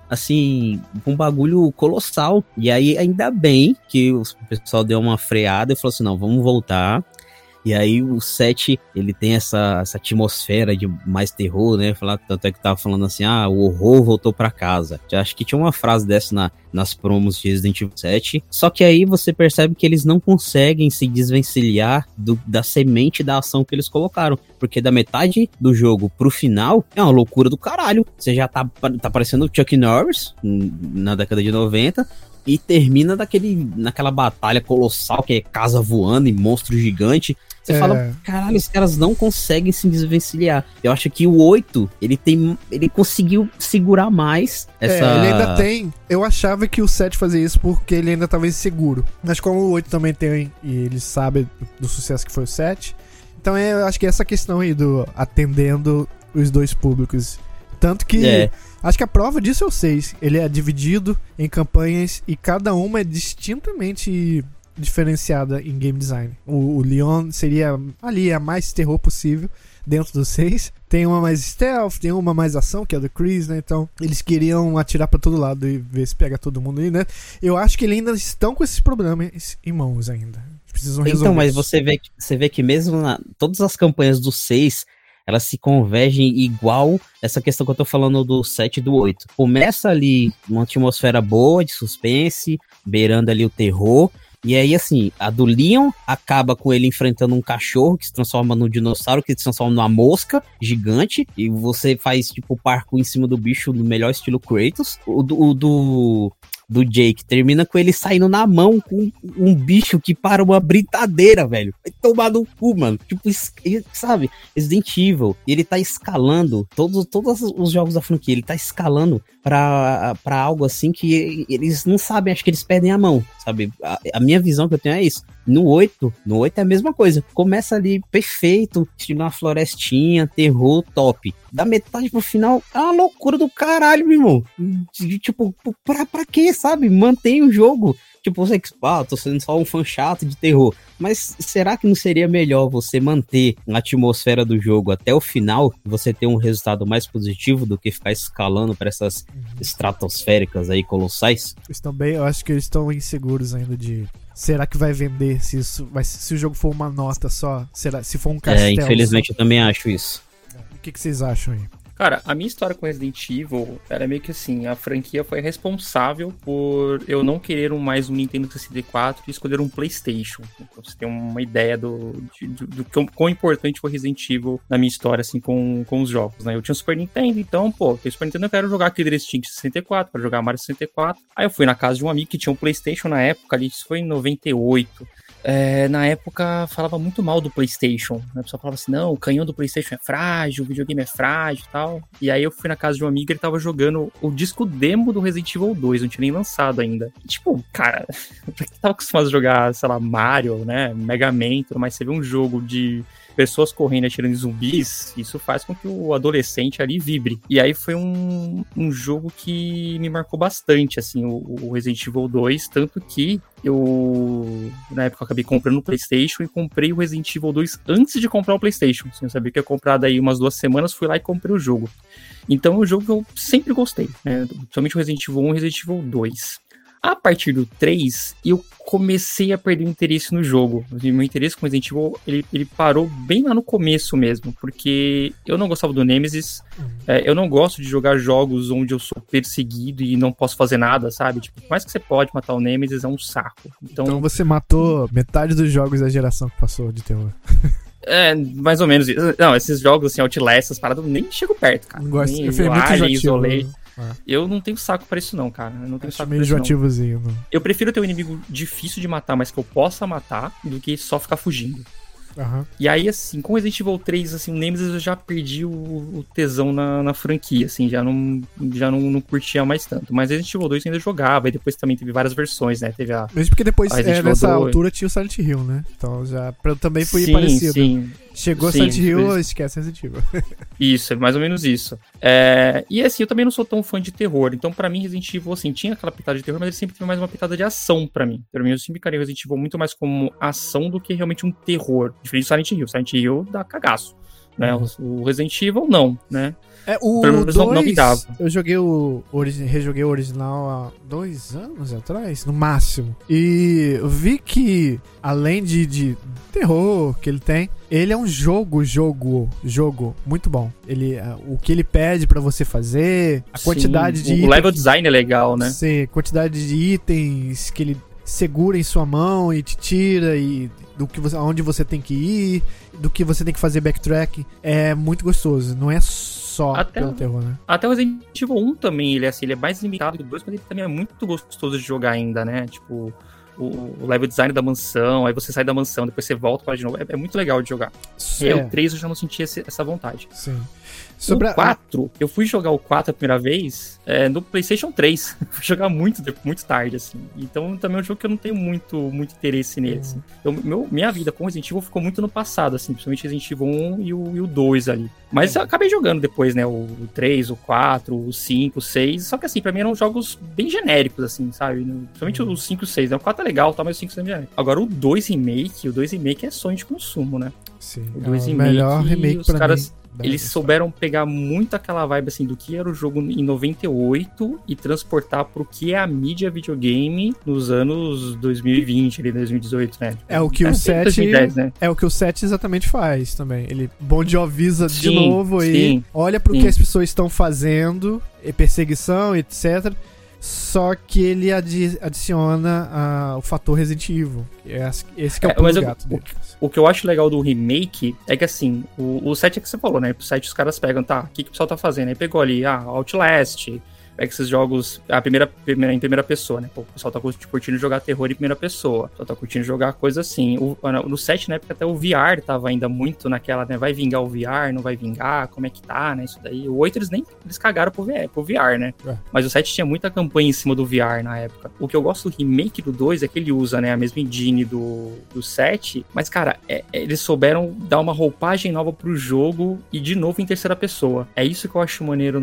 bagulho colossal. E aí, ainda bem que o pessoal deu uma freada e falou assim, não, vamos voltar. E aí o 7, ele tem essa atmosfera de mais terror, né? Tanto é que tava falando assim, o horror voltou pra casa. Eu acho que tinha uma frase dessa nas promos de Resident Evil 7. Só que aí você percebe que eles não conseguem se desvencilhar da semente da ação que eles colocaram. Porque da metade do jogo pro final, é uma loucura do caralho. Você já tá parecendo o Chuck Norris, na década de 90... E termina naquela batalha colossal, que é casa voando e monstro gigante. Você fala, caralho, os caras não conseguem se desvencilhar. Eu acho que o 8, ele conseguiu segurar mais essa... ele ainda tem... Eu achava que o 7 fazia isso porque ele ainda estava inseguro. Mas como o 8 também tem, e ele sabe do sucesso que foi o 7... Então eu acho que essa questão aí do atendendo os dois públicos. Tanto que acho que a prova disso é o 6. Ele é dividido em campanhas e cada uma é distintamente diferenciada em game design. O Leon seria ali a mais terror possível dentro do 6. Tem uma mais stealth, tem uma mais ação, que é a do Chris, né? Então, eles queriam atirar pra todo lado e ver se pega todo mundo aí, né? Eu acho que eles ainda estão com esses problemas em mãos ainda. Eles precisam resolver. Então, mas isso. você vê que mesmo todas as campanhas do 6, elas se convergem igual essa questão que eu tô falando do 7 e do 8. Começa ali uma atmosfera boa, de suspense, beirando ali o terror. E aí, assim, a do Leon acaba com ele enfrentando um cachorro que se transforma num dinossauro, que se transforma numa mosca gigante. E você faz, tipo, parkour em cima do bicho no melhor estilo Kratos. O do Jake termina com ele saindo na mão com um bicho que para uma britadeira, velho. Vai tomar no cu, mano. Tipo, sabe? Resident Evil. E ele tá escalando todos os jogos da franquia. Ele tá escalando pra algo assim que eles não sabem. Acho que eles perdem a mão, sabe? A minha visão que eu tenho é isso. No 8 é a mesma coisa. Começa ali perfeito, estilo uma florestinha, terror, top. Da metade pro final, é uma loucura do caralho, meu irmão. Tipo, pra quê, sabe? Mantém o jogo. Tipo, você que, tô sendo só um fã chato de terror. Mas será que não seria melhor você manter a atmosfera do jogo até o final e você ter um resultado mais positivo do que ficar escalando para essas estratosféricas aí colossais? Eu acho que eles estão inseguros ainda de... Será que vai vender se o jogo for uma nota só? Se for um castelo? Infelizmente eu também acho isso. O que vocês acham aí? Cara, a minha história com Resident Evil era meio que assim, a franquia foi responsável por eu não querer mais um Nintendo 64 e escolher um PlayStation. Então você tem uma ideia do quão importante foi Resident Evil na minha história, assim, com os jogos, né? Eu tinha um Super Nintendo, então, tem Super Nintendo, eu quero jogar Killer Instinct 64, quero jogar Mario 64. Aí eu fui na casa de um amigo que tinha um PlayStation na época, ali, isso foi em 98. Na época falava muito mal do PlayStation, né? A pessoa falava assim, não, o canhão do PlayStation é frágil, o videogame é frágil e tal. E aí eu fui na casa de um amigo e ele tava jogando o disco demo do Resident Evil 2, não tinha nem lançado ainda. E, tipo, cara, pra quem tava acostumado a jogar, sei lá, Mario, né, Mega Man, mas você vê um jogo de pessoas correndo e atirando em zumbis, isso faz com que o adolescente ali vibre. E aí foi um jogo que me marcou bastante, assim, o Resident Evil 2, tanto que eu, na época, acabei comprando o PlayStation e comprei o Resident Evil 2 antes de comprar o PlayStation. Assim, eu sabia que ia comprar daí umas 2 semanas, fui lá e comprei o jogo. Então é um jogo que eu sempre gostei, né? Principalmente o Resident Evil 1 e Resident Evil 2. A partir do 3, eu comecei a perder o interesse no jogo. O meu interesse com Resident Evil, ele parou bem lá no começo mesmo, porque eu não gostava do Nemesis, eu não gosto de jogar jogos onde eu sou perseguido e não posso fazer nada, sabe? Tipo, por mais que você pode matar o Nemesis, é um saco. Então você matou metade dos jogos da geração que passou de terror. Mais ou menos isso. Não, esses jogos, assim, Outlast, essas paradas, eu nem chego perto, cara. Não gosto, nem eu fui muito Alien, Isolate. Ah. Eu não tenho saco pra isso não, cara. Eu não tenho Acho saco meio pra isso enjoativozinho, não. Eu prefiro ter um inimigo difícil de matar, mas que eu possa matar, do que só ficar fugindo. Uhum. E aí, assim, com Resident Evil 3, assim, o Nemesis eu já perdi o tesão na franquia, assim, já não curtia mais tanto. Mas Resident Evil 2 eu ainda jogava, e depois também teve várias versões, né? Teve a... Mesmo porque depois, nessa 2. altura, tinha o Silent Hill, né? Então já também foi parecido. Sim. Chegou Silent Hill, esquece Resident Evil. Isso, é mais ou menos isso. E assim, eu também não sou tão fã de terror, então pra mim Resident Evil, assim, tinha aquela pitada de terror, mas ele sempre teve mais uma pitada de ação pra mim. Pra mim, eu sempre encarei Resident Evil muito mais como ação do que realmente um terror. Diferente do Silent Hill. Silent Hill dá cagaço, né? O Resident Evil, não, né? O Pelo menos 2, não me dava. Eu rejoguei o original há 2 anos atrás, no máximo. E eu vi que, além de terror que ele tem, ele é um jogo muito bom. O que ele pede pra você fazer, a quantidade de itens. O level design é legal, né? Sim, a quantidade de itens que ele segura em sua mão e te tira, e aonde você tem que ir, do que você tem que fazer backtrack. É muito gostoso, não é só pelo terror, né? Até o Resident Evil 1 também, ele é mais limitado que o 2, mas ele também é muito gostoso de jogar ainda, né? Tipo, o level design da mansão, aí você sai da mansão, depois você volta para de novo, é muito legal de jogar. E aí o 3 eu já não sentia essa vontade. Sim. Sobre O 4, eu fui jogar o 4 a primeira vez no PlayStation 3. Fui jogar muito tarde, assim. Então também é um jogo que eu não tenho muito interesse nele, assim. Então, minha vida com Resident Evil ficou muito no passado, assim. Principalmente Resident Evil 1 e o 2 ali. Mas eu acabei jogando depois, né? O 3, o 4, o 5, o 6. Só que assim, pra mim eram jogos bem genéricos, assim, sabe? Principalmente o 5 e o 6, né? O 4 é legal, tá? Mas o 5 e o 6 é genérico. Agora o 2 Remake é sonho de consumo, né? Sim, O 2 o melhor remake os pra caras... mim. Eles souberam pegar muito aquela vibe, assim, do que era o jogo em 98 e transportar pro que é a mídia videogame nos anos 2020, ali, 2018, né? É o que o 7... 2010, né? É o que o 7 exatamente faz também. Ele bondioviza de Sim, novo aí, sim, olha pro sim. que as pessoas estão fazendo, perseguição, etc. Só que ele adiciona o fator Resident Evil. Esse que é o pulo gato dele. O que eu acho legal do remake é que, assim, o 7 é que você falou, né? O 7 os caras pegam, tá, o que o pessoal tá fazendo? Aí pegou ali, Outlast, pega esses jogos em primeira pessoa, né? Pô, o pessoal tá curtindo jogar terror em primeira pessoa. O pessoal tá curtindo jogar coisa assim. No 7, na época, até o VR tava ainda muito naquela, né? Vai vingar o VR, não vai vingar, como é que tá, né? Isso daí. O 8 eles cagaram pro VR, né? Mas o 7 tinha muita campanha em cima do VR na época. O que eu gosto do remake do 2 é que ele usa, né? A mesma engine do 7. Mas, cara, eles souberam dar uma roupagem nova pro jogo e de novo em terceira pessoa. É isso que eu acho maneiro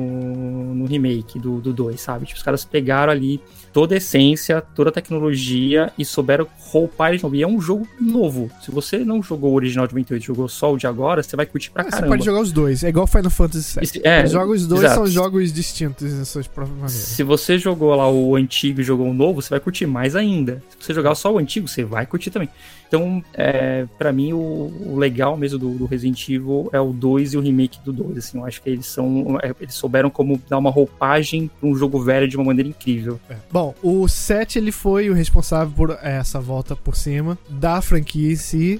no remake do 2, sabe? Tipo, os caras pegaram ali toda a essência, toda a tecnologia e souberam roupar ele de novo. E é um jogo novo. Se você não jogou o original de 98, jogou só o de agora, você vai curtir pra caramba. Você pode jogar os dois. É igual Final Fantasy VII. Os jogos dois são jogos distintos em suas próprias maneiras. Se você jogou lá o antigo e jogou o novo, você vai curtir mais ainda. Se você jogar só o antigo, você vai curtir também. Então, pra mim, o legal mesmo do Resident Evil é o 2 e o remake do 2, assim, eu acho que eles souberam como dar uma roupagem pra um jogo velho de uma maneira incrível. Bom, o 7, ele foi o responsável por essa volta por cima da franquia em si,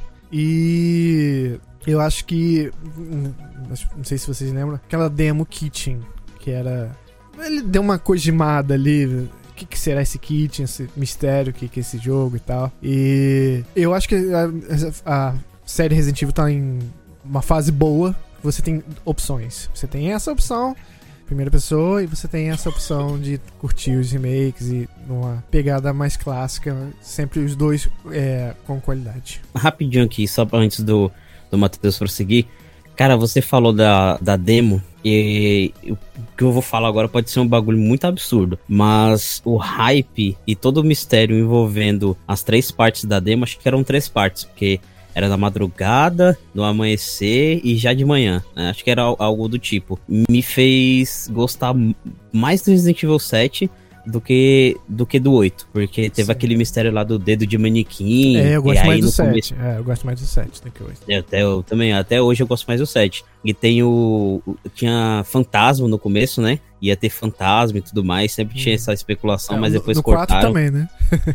e eu acho que, não sei se vocês lembram, aquela demo Kitchen, que era... Ele deu uma cojimada ali... O que será esse kit, esse mistério, o que é esse jogo e tal. E eu acho que a série Resident Evil tá em uma fase boa. Você tem opções. Você tem essa opção, primeira pessoa, e você tem essa opção de curtir os remakes e numa pegada mais clássica, sempre os dois com qualidade. Rapidinho aqui, só antes do Matheus prosseguir. Cara, você falou da demo, e o que eu vou falar agora pode ser um bagulho muito absurdo, mas o hype e todo o mistério envolvendo as 3 partes da demo, acho que eram 3 partes, porque era na madrugada, no amanhecer e já de manhã, né? Acho que era algo do tipo. Me fez gostar mais do Resident Evil 7 do que do 8, porque teve aquele mistério lá do dedo de manequim. Eu gosto mais do 7. Começo... eu gosto mais do 7 do que o 8. Eu também, até hoje eu gosto mais do 7. E tinha fantasma no começo, né? Ia ter fantasma e tudo mais, sempre tinha essa especulação, mas depois cortaram. No 4 também, né?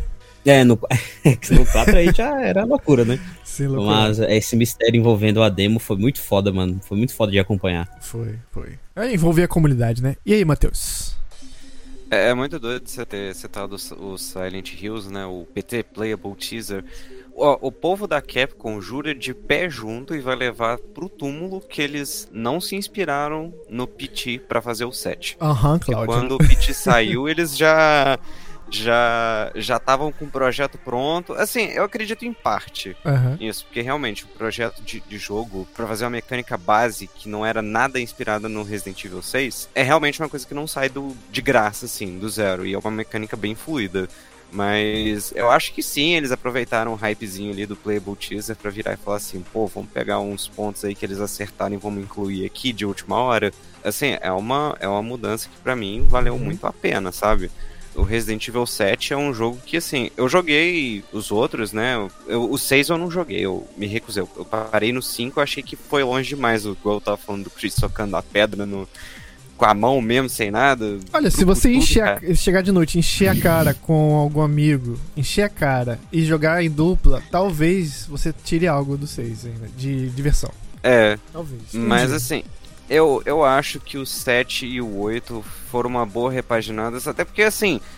No 4 aí já era loucura, né? Sim, loucura. Mas esse mistério envolvendo a demo foi muito foda, mano. Foi muito foda de acompanhar. Foi. Envolver a comunidade, né? E aí, Matheus? É muito doido você ter citado o Silent Hills, né? O PT Playable Teaser. O povo da Capcom jura de pé junto e vai levar pro túmulo que eles não se inspiraram no PT pra fazer o 7. Cláudio. Quando o PT saiu, eles já estavam com o projeto pronto. Assim, eu acredito em parte nisso, porque realmente o projeto de jogo pra fazer uma mecânica base que não era nada inspirada no Resident Evil 6 é realmente uma coisa que não sai de graça, assim, do zero, e é uma mecânica bem fluida. Mas eu acho que sim, eles aproveitaram o hypezinho ali do Playable Teaser pra virar e falar assim, pô, vamos pegar uns pontos aí que eles acertaram e vamos incluir aqui de última hora. Assim, é uma mudança que pra mim valeu muito a pena, sabe? O Resident Evil 7 é um jogo que, assim, eu joguei os outros, né? O 6 eu não joguei, eu me recusei. Eu parei no 5, eu achei que foi longe demais, igual eu tava falando do Chris socando a pedra com a mão mesmo, sem nada. Olha, se você chegar de noite, encher a cara com algum amigo, encher a cara e jogar em dupla, talvez você tire algo do 6 ainda, de diversão. Talvez. Mas assim... Eu acho que o 7 e o 8 foram uma boa repaginada, até porque, assim,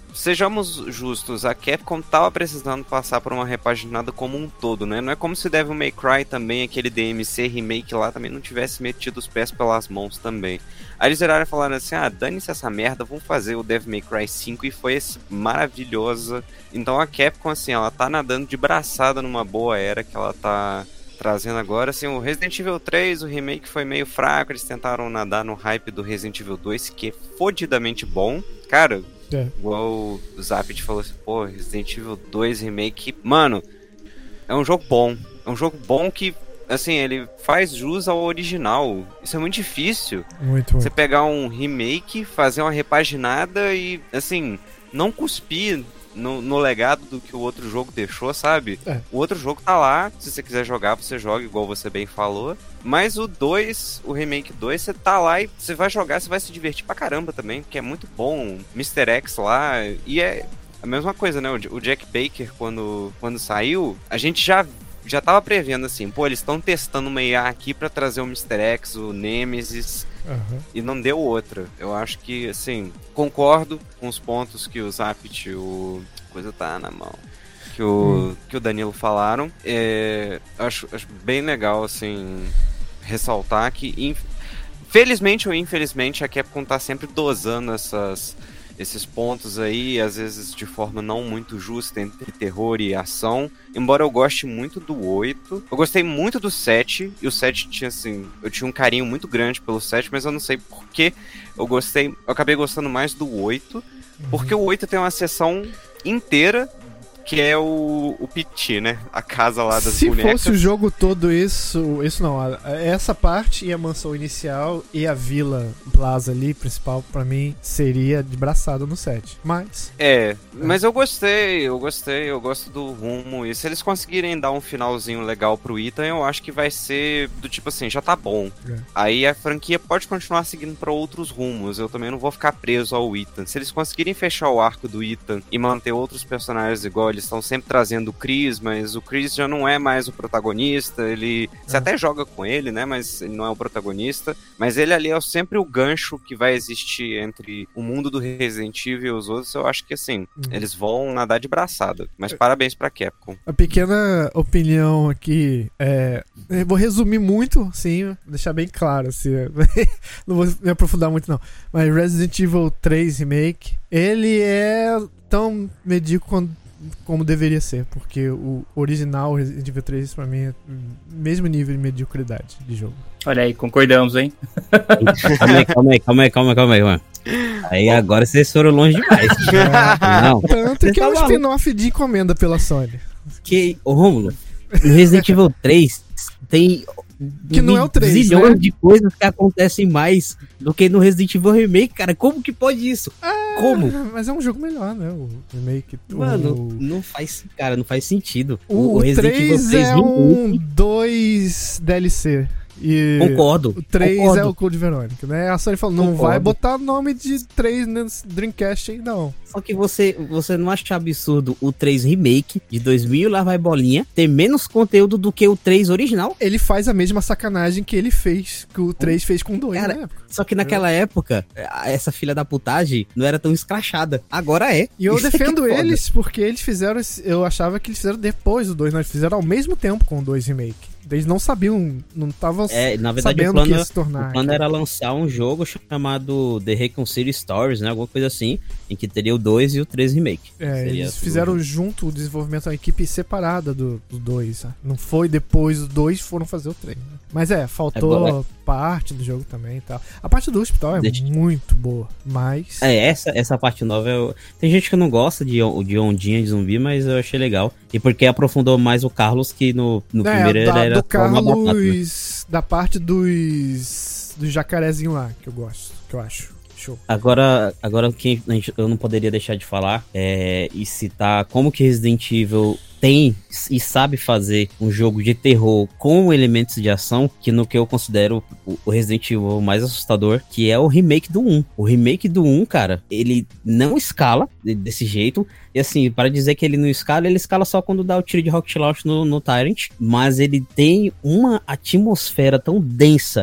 sejamos justos, a Capcom tava precisando passar por uma repaginada como um todo, né? Não é como se Devil May Cry também, aquele DMC remake lá, também não tivesse metido os pés pelas mãos também. Aí eles viraram e falaram assim, dane-se essa merda, vamos fazer o Devil May Cry 5, e foi maravilhosa. Então a Capcom, assim, ela tá nadando de braçada numa boa era que ela tá trazendo agora. Assim, o Resident Evil 3, o remake foi meio fraco, eles tentaram nadar no hype do Resident Evil 2, que é fodidamente bom. Cara, igual o Zapit falou assim, pô, Resident Evil 2 remake, mano, é um jogo bom. É um jogo bom que, assim, ele faz jus ao original. Isso é muito difícil. Muito. Você pegar um remake, fazer uma repaginada e, assim, não cuspir no legado do que o outro jogo deixou, sabe? O outro jogo tá lá, se você quiser jogar, você joga, igual você bem falou. Mas o 2, o Remake 2, você tá lá e você vai jogar, você vai se divertir pra caramba também, porque é muito bom. Mr. X lá, e é a mesma coisa, né? O Jack Baker, quando saiu, a gente já tava prevendo assim, pô, eles estão testando uma IA aqui pra trazer o Mr. X, o Nemesis, e não deu outra. Eu acho que, assim, concordo com os pontos que o Zapit, o coisa tá na mão, que o Danilo falaram. Acho bem legal, assim, ressaltar que, felizmente ou infelizmente, a Capcom tá sempre dosando esses pontos aí, às vezes de forma não muito justa, entre terror e ação. Embora eu goste muito do 8, eu gostei muito do 7, e o 7 tinha, assim, eu tinha um carinho muito grande pelo 7, mas eu não sei porque eu acabei gostando mais do 8, porque o 8 tem uma seção inteira, que é o Pit, né? A casa lá das bonecas. Se fosse o jogo todo isso não, essa parte e a mansão inicial e a vila plaza ali, principal, pra mim, seria de braçada no set. Mas eu gosto do rumo, e se eles conseguirem dar um finalzinho legal pro Ethan, eu acho que vai ser do tipo assim, já tá bom. Aí a franquia pode continuar seguindo pra outros rumos, eu também não vou ficar preso ao Ethan. Se eles conseguirem fechar o arco do Ethan e manter outros personagens igual, eles estão sempre trazendo o Chris, mas o Chris já não é mais o protagonista, você até joga com ele, né, mas ele não é o protagonista, mas ele ali é sempre o gancho que vai existir entre o mundo do Resident Evil e os outros. Eu acho que, assim, eles vão nadar de braçada, mas parabéns pra Capcom. A pequena opinião aqui eu vou resumir muito, sim, deixar bem claro, assim, não vou me aprofundar muito não, mas Resident Evil 3 Remake, ele é tão medíocre como deveria ser, porque o original Resident Evil 3 pra mim é o mesmo nível de mediocridade de jogo. Olha aí, concordamos, hein? Calma aí, mano. Aí agora vocês foram longe demais. Não. Tanto que é um spin-off de encomenda pela Sony. Ô Rômulo, no Resident Evil 3 tem que não é o 3, zilhões, né? de coisas que acontecem mais do que no Resident Evil Remake, cara. Como que pode isso? Como? Mas é um jogo melhor, né? O Remake. Mano, não faz sentido. O Resident 3 Evil 3 é um 2 DLC. E concordo. O 3 é o Code Verônica, né? A Sony falou, não vai botar nome de 3 no Dreamcast aí, não. Só que você não acha absurdo o 3 Remake de 2000, lá vai bolinha, ter menos conteúdo do que o 3 original? Ele faz a mesma sacanagem que ele fez, que o 3 fez com o 2, cara, na época. Só que naquela época, essa filha da putagem não era tão escrachada. Agora é. E eu defendo eles, porque eles fizeram, eu achava que eles fizeram depois do 2, não, eles fizeram ao mesmo tempo com o 2 Remake. Eles não sabiam, não estavam sabendo o que ia se tornar. O plano era lançar um jogo chamado The Reconcile Stories, né? Alguma coisa assim, em que teria o 2 e o 3 Remake. Eles fizeram junto o desenvolvimento da equipe separada do 2. Não foi depois do 2 foram fazer o 3. Né? Mas faltou parte do jogo também e tal. A parte do hospital é muito boa, mas... Essa parte nova... Tem gente que não gosta de ondinha de zumbi, mas eu achei legal. E porque aprofundou mais o Carlos, que no primeiro ele era... Do Carlos, da parte dos jacarezinho lá, que eu gosto, que eu acho. Show. Agora que eu não poderia deixar de falar e citar como que Resident Evil tem e sabe fazer um jogo de terror com elementos de ação, que no que eu considero o Resident Evil mais assustador, que é o remake do 1. O remake do 1, cara, ele não escala desse jeito. E assim, para dizer que ele não escala, ele escala só quando dá o tiro de Rocket Launch no Tyrant. Mas ele tem uma atmosfera tão densa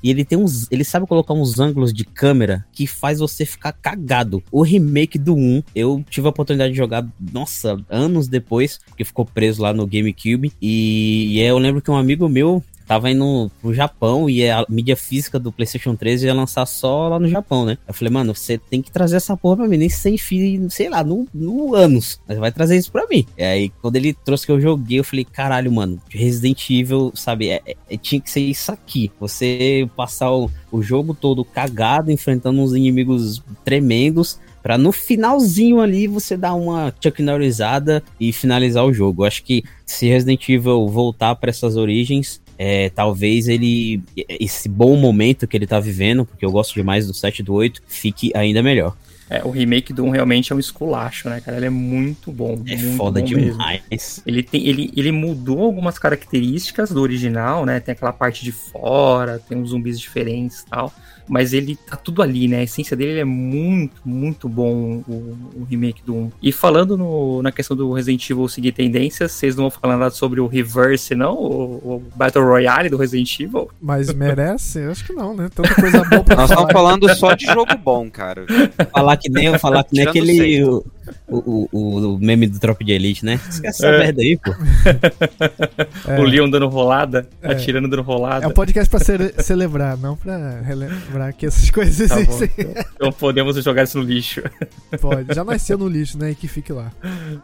e ele sabe colocar uns ângulos de câmera que faz você ficar cagado. O remake do 1, eu tive a oportunidade de jogar, nossa, anos depois, porque ficou preso lá no GameCube, e eu lembro que um amigo meu tava indo pro Japão e a mídia física do PlayStation 3 ia lançar só lá no Japão, né? Eu falei, mano, você tem que trazer essa porra pra mim, nem sem fio, sei lá, no anos, mas vai trazer isso pra mim. E aí, quando ele trouxe que eu joguei, eu falei, caralho, mano, Resident Evil, sabe, tinha que ser isso aqui. Você passar o jogo todo cagado, enfrentando uns inimigos tremendos, pra no finalzinho ali você dar uma Chuck Norrisada e finalizar o jogo. Eu acho que se Resident Evil voltar pra essas origens, talvez esse bom momento que ele tá vivendo, porque eu gosto demais do 7 e do 8, fique ainda melhor. O remake do 1 realmente é um esculacho, né, cara? Ele é muito bom. É muito foda bom demais. Mesmo. Ele mudou algumas características do original, né? Tem aquela parte de fora, tem uns zumbis diferentes e tal. Mas ele tá tudo ali, né? A essência dele é muito, muito bom, o remake do 1. E falando na questão do Resident Evil seguir tendências, vocês não vão falar nada sobre o Reverse, não? O Battle Royale do Resident Evil? Mas merece? Eu acho que não, né? Tanta coisa boa pra Nós falar. estamos falando só de jogo bom, cara. Falar que nem aquele... O meme do Tropa de Elite, né? Esquece essa merda aí, pô. O Leon dando rolada, atirando dando rolada. É um podcast pra celebrar, não pra relembrar que essas coisas existem. Então podemos jogar isso no lixo. Pode, já nasceu no lixo, né? E que fique lá.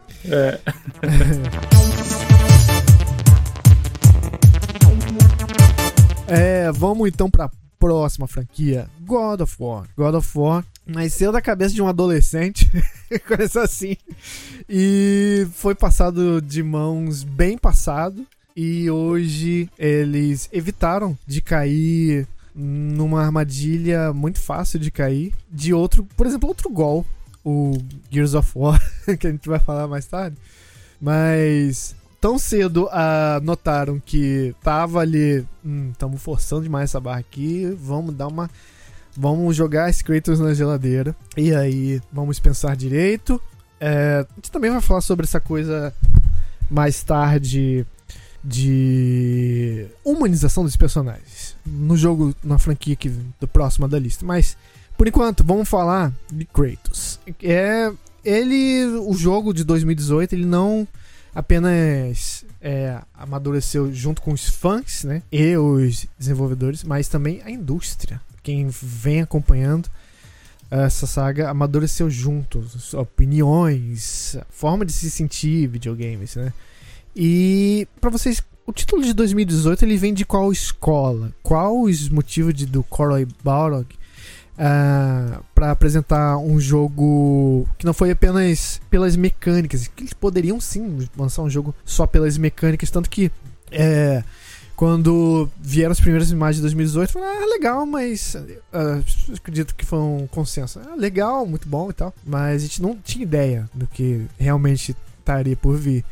Vamos então pra próxima franquia, God of War. God of War nasceu da cabeça de um adolescente, começou assim, e foi passado de mãos bem passado, e hoje eles evitaram de cair numa armadilha muito fácil de cair de outro, por exemplo, outro Gol, o Gears of War, que a gente vai falar mais tarde, mas tão cedo notaram que tava ali, estamos forçando demais essa barra aqui, vamos jogar as Kratos na geladeira, e aí vamos pensar direito. A gente também vai falar sobre essa coisa mais tarde de humanização dos personagens no jogo, na franquia do próximo da lista, mas por enquanto vamos falar de Kratos. O jogo de 2018, ele não apenas amadureceu junto com os fãs, né, e os desenvolvedores, mas também a indústria. Quem vem acompanhando essa saga amadureceu junto, opiniões, forma de se sentir videogames, né? E pra vocês, o título de 2018 ele vem de qual escola? Qual os motivos do Cory Barlog para apresentar um jogo que não foi apenas pelas mecânicas, que eles poderiam sim lançar um jogo só pelas mecânicas, tanto que quando vieram as primeiras imagens de 2018, falaram, legal, mas acredito que foi um consenso. Legal, muito bom e tal, mas a gente não tinha ideia do que realmente estaria por vir.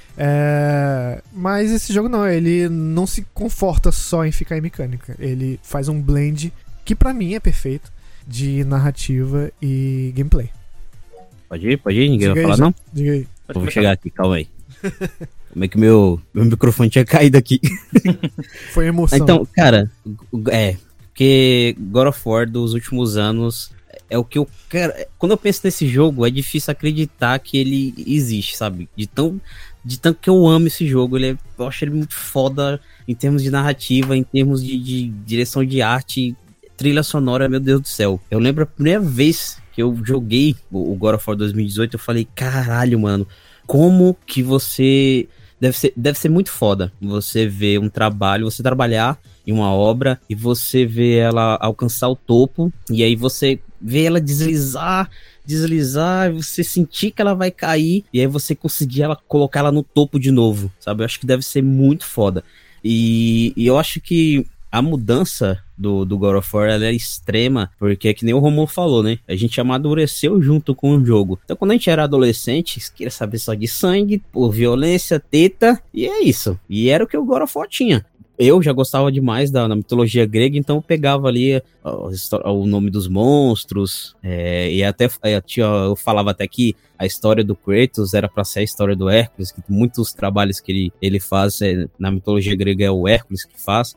Mas esse jogo não, ele não se conforta só em ficar em mecânica. Ele faz um blend que pra mim é perfeito de narrativa e gameplay. Pode ir? Ninguém vai falar, não? Diga aí. Eu vou chegar aqui, calma aí. Como é que meu microfone tinha caído aqui? Foi emoção. Então, cara, porque God of War dos últimos anos é o que eu quero. Quando eu penso nesse jogo, é difícil acreditar que ele existe, sabe? De tanto que eu amo esse jogo, eu acho ele muito foda em termos de narrativa, em termos de direção de arte, trilha sonora, meu Deus do céu. Eu lembro a primeira vez que eu joguei o God of War 2018, eu falei, caralho, mano, como que você... Deve ser muito foda você ver um trabalho, você trabalhar em uma obra e você ver ela alcançar o topo, e aí você vê ela deslizar, você sentir que ela vai cair, e aí você conseguir colocar ela no topo de novo, sabe? Eu acho que deve ser muito foda. E eu acho que a mudança do God of War ela é extrema, porque é que nem o Romulo falou, né? A gente amadureceu junto com o jogo. Então quando a gente era adolescente, queria saber só de sangue, por violência, teta, e é isso. E era o que o God of War tinha. eu já gostava demais da mitologia grega, então eu pegava ali o nome dos monstros, e até eu falava até que a história do Kratos era pra ser a história do Hércules, que muitos trabalhos que ele faz na mitologia grega é o Hércules que faz.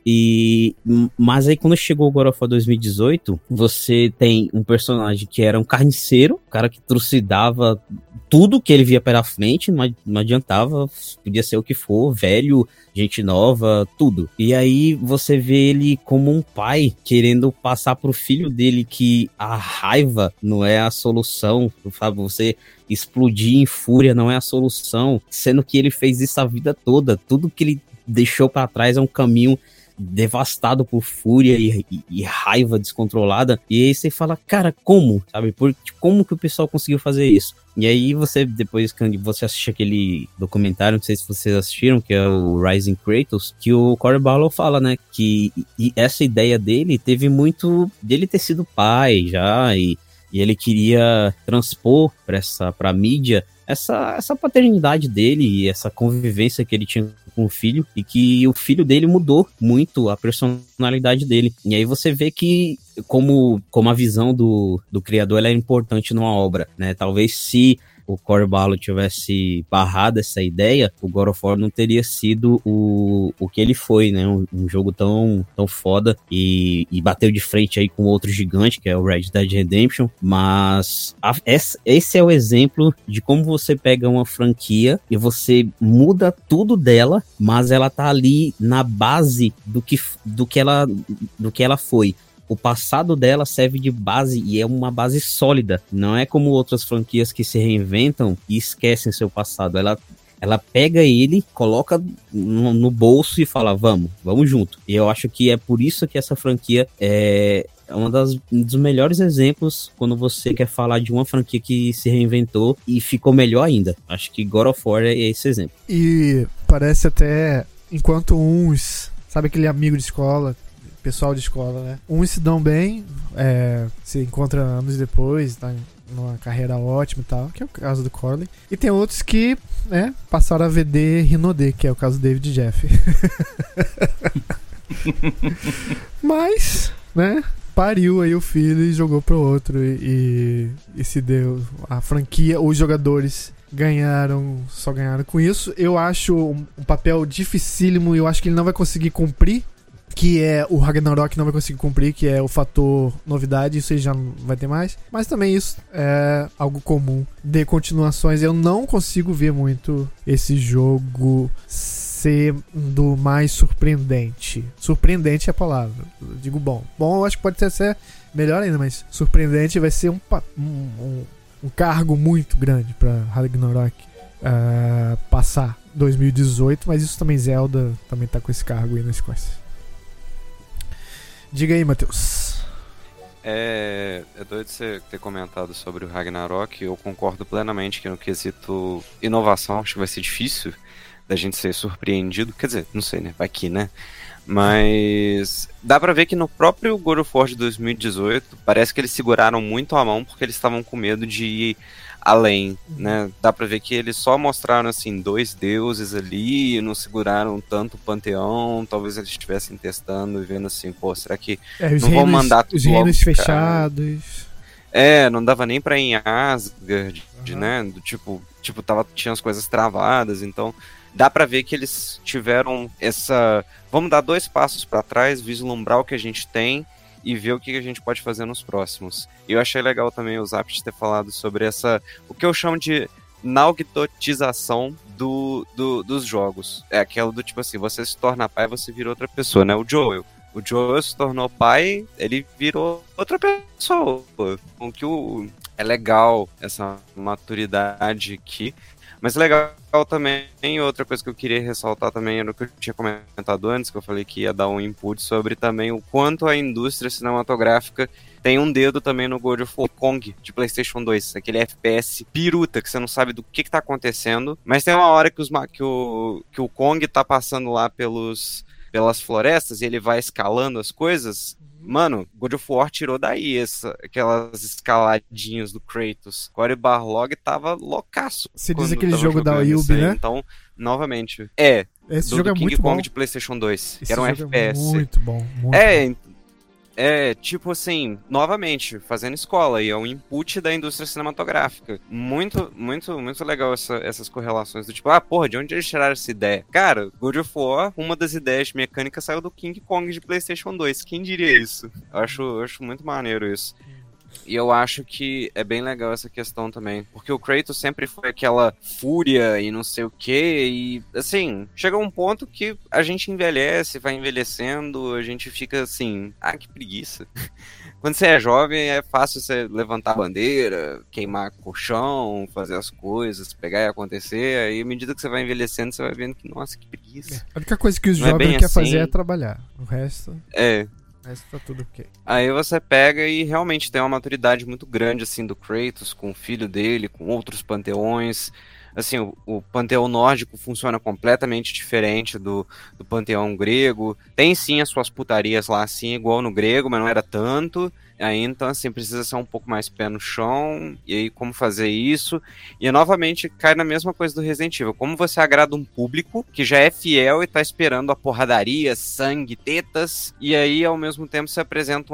Mas aí quando chegou o God of War 2018, você tem um personagem que era um carniceiro, um cara que trucidava tudo que ele via pela frente, não adiantava, podia ser o que for, velho, gente nova, tudo. E aí você vê ele como um pai querendo passar pro filho dele que a raiva não é a solução, sabe? Você explodir em fúria não é a solução, sendo que ele fez isso a vida toda. Tudo que ele deixou pra trás é um caminho devastado por fúria e raiva descontrolada. E aí você fala, cara, como? Sabe? Como que o pessoal conseguiu fazer isso? E aí você, depois que você assiste aquele documentário, não sei se vocês assistiram, que é o Rising Kratos, que o Cory Barlog fala, né, que essa ideia dele teve muito dele ter sido pai já, e ele queria transpor pra mídia essa paternidade dele e essa convivência que ele tinha com o filho, e que o filho dele mudou muito a personalidade dele. E aí você vê que como a visão do criador ela é importante numa obra, né? Talvez se o Cory Barlog tivesse barrado essa ideia, o God of War não teria sido o que ele foi, né? Um jogo tão foda e bateu de frente aí com outro gigante, que é o Red Dead Redemption. Mas esse é o exemplo de como você pega uma franquia e você muda tudo dela, mas ela tá ali na base do que ela foi. O passado dela serve de base e é uma base sólida. Não é como outras franquias que se reinventam e esquecem seu passado. Ela pega ele, coloca no bolso e fala, vamos junto. E eu acho que é por isso que essa franquia é um dos melhores exemplos quando você quer falar de uma franquia que se reinventou e ficou melhor ainda. Acho que God of War é esse exemplo. E parece até, enquanto uns, sabe aquele amigo de escola, pessoal de escola, né? Uns se dão bem, se encontram anos depois, tá numa carreira ótima e tal, que é o caso do Corley. E tem outros que, né, passaram a VD Rinode, que é o caso do David e Jeff. Mas, né, pariu aí o filho e jogou pro outro e se deu a franquia, os jogadores só ganharam com isso. Eu acho um papel dificílimo e eu acho que ele não vai conseguir cumprir, que é o Ragnarok não vai conseguir cumprir, que é o fator novidade, isso aí já não vai ter mais. Mas também isso é algo comum de continuações. Eu não consigo ver muito esse jogo sendo mais surpreendente. Surpreendente é a palavra. Eu digo bom. Bom, eu acho que pode ser melhor ainda, mas surpreendente vai ser um cargo muito grande pra Ragnarok passar 2018, mas isso também Zelda também tá com esse cargo aí nas costas. Diga aí, Matheus. É doido você ter comentado sobre o Ragnarok. Eu concordo plenamente que no quesito inovação acho que vai ser difícil da gente ser surpreendido. Quer dizer, não sei, né? Vai que, né? Mas dá pra ver que no próprio God of War de 2018 parece que eles seguraram muito a mão porque eles estavam com medo de ir além, né? Dá pra ver que eles só mostraram, assim, 2 deuses ali, não seguraram tanto o panteão. Talvez eles estivessem testando e vendo assim, pô, será que não vão mandar tudo os reinos fechados? Não dava nem pra ir em Asgard, né? Do tipo tinha as coisas travadas, então dá pra ver que eles tiveram vamos dar 2 passos pra trás, vislumbrar o que a gente tem e ver o que a gente pode fazer nos próximos. E eu achei legal também o Zapt ter falado sobre o que eu chamo de naugdotização dos jogos. É aquela do tipo assim, você se torna pai, você vira outra pessoa, né? O Joel se tornou pai, ele virou outra pessoa. O que é legal essa maturidade aqui. Mas legal também, outra coisa que eu queria ressaltar também era o que eu tinha comentado antes, que eu falei que ia dar um input sobre também o quanto a indústria cinematográfica tem um dedo também no God of War Kong de PlayStation 2, aquele FPS piruta, que você não sabe do que tá acontecendo, mas tem uma hora que o Kong tá passando lá pelas florestas e ele vai escalando as coisas. Mano, God of War tirou daí aquelas escaladinhas do Kratos. Cory Barlog tava loucaço. Você diz aquele jogo da Yubi, né? Então, novamente. Esse do jogo é King muito Kong bom. de PlayStation 2, Esse que era um jogo FPS. É muito bom. Muito bom. Tipo assim, novamente, fazendo escola, e é um input da indústria cinematográfica. Muito, muito, muito legal essas correlações do tipo, porra, de onde eles tiraram essa ideia? Cara, God of War, uma das ideias de mecânica saiu do King Kong de PlayStation 2. Quem diria isso? Eu acho muito maneiro isso. E eu acho que é bem legal essa questão também. Porque o Kratos sempre foi aquela fúria e não sei o quê. E, assim, chega um ponto que a gente envelhece, vai envelhecendo, a gente fica assim, que preguiça. Quando você é jovem, é fácil você levantar a bandeira, queimar colchão, fazer as coisas, pegar e acontecer. Aí, à medida que você vai envelhecendo, você vai vendo que, nossa, que preguiça. A única coisa que os Não é jovens bem querem assim. fazer é trabalhar. O resto tá tudo ok. Aí você pega e realmente tem uma maturidade muito grande, assim, do Kratos, com o filho dele, com outros panteões. Assim, o panteão nórdico funciona completamente diferente do panteão grego. Tem sim as suas putarias lá, assim, igual no grego, mas não era tanto. Aí, então, assim, precisa ser um pouco mais pé no chão. E aí, como fazer isso? E, novamente, cai na mesma coisa do Resident Evil. Como você agrada um público que já é fiel e tá esperando a porradaria, sangue, tetas. E aí, ao mesmo tempo, você apresenta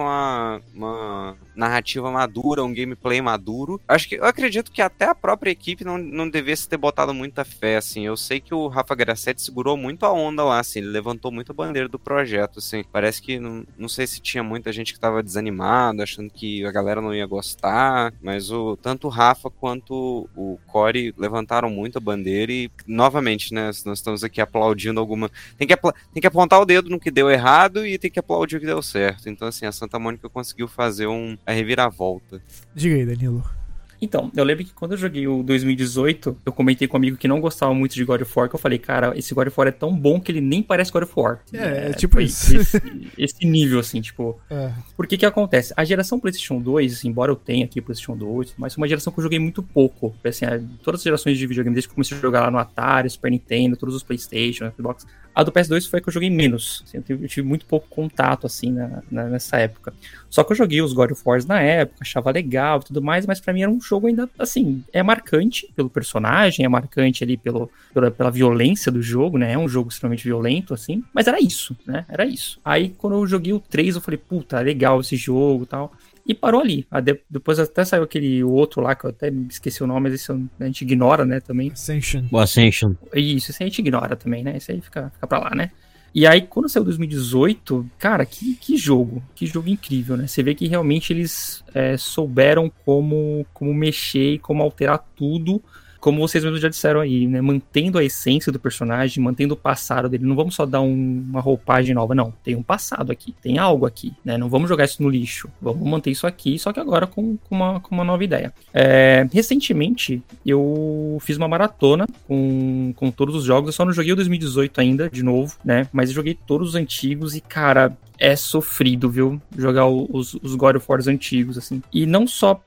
uma narrativa madura, um gameplay maduro. Eu acredito que até a própria equipe não devesse ter botado muita fé, assim. Eu sei que o Rafa Grassetti segurou muito a onda lá, assim. Ele levantou muito a bandeira do projeto, assim. Parece que, não sei se tinha muita gente que tava desanimada, achando que a galera não ia gostar, mas tanto o Rafa quanto o Corey levantaram muito a bandeira e, novamente, né, nós estamos aqui aplaudindo alguma... Tem que apontar o dedo no que deu errado e tem que aplaudir o que deu certo. Então, assim, a Santa Mônica conseguiu fazer a reviravolta. Diga aí, Danilo. Então, eu lembro que quando eu joguei o 2018, eu comentei com um amigo que não gostava muito de God of War, que eu falei, cara, esse God of War é tão bom que ele nem parece God of War. É tipo isso. Esse nível, assim, tipo... Por que acontece? A geração PlayStation 2, embora eu tenha aqui PlayStation 2, mas foi uma geração que eu joguei muito pouco. Assim, todas as gerações de videogame, desde que eu comecei a jogar lá no Atari, Super Nintendo, todos os PlayStation, Xbox... A do PS2 foi a que eu joguei menos. Assim, eu tive muito pouco contato, assim, nessa época. Só que eu joguei os God of War na época, achava legal e tudo mais, mas pra mim era um jogo ainda, assim, é marcante pelo personagem, é marcante ali pela violência do jogo, né? É um jogo extremamente violento, assim. Mas era isso, né? Era isso. Aí, quando eu joguei o 3, eu falei, puta, legal esse jogo e tal. E parou ali. Depois até saiu aquele outro lá, que eu até esqueci o nome, mas esse a gente ignora, né, também. O Ascension. Isso, esse a gente ignora também, né? Esse aí fica pra lá, né? E aí, quando saiu 2018, cara, que jogo incrível, né? Você vê que realmente eles souberam como mexer e como alterar tudo, como vocês mesmos já disseram aí, né? Mantendo a essência do personagem, mantendo o passado dele. Não vamos só dar uma roupagem nova, não. Tem um passado aqui, tem algo aqui, né? Não vamos jogar isso no lixo. Vamos manter isso aqui, só que agora com uma nova ideia. Recentemente, eu fiz uma maratona com todos os jogos. Eu só não joguei o 2018 ainda, de novo, né? Mas eu joguei todos os antigos e, cara... É sofrido, viu? Jogar os God of War antigos, assim. E não só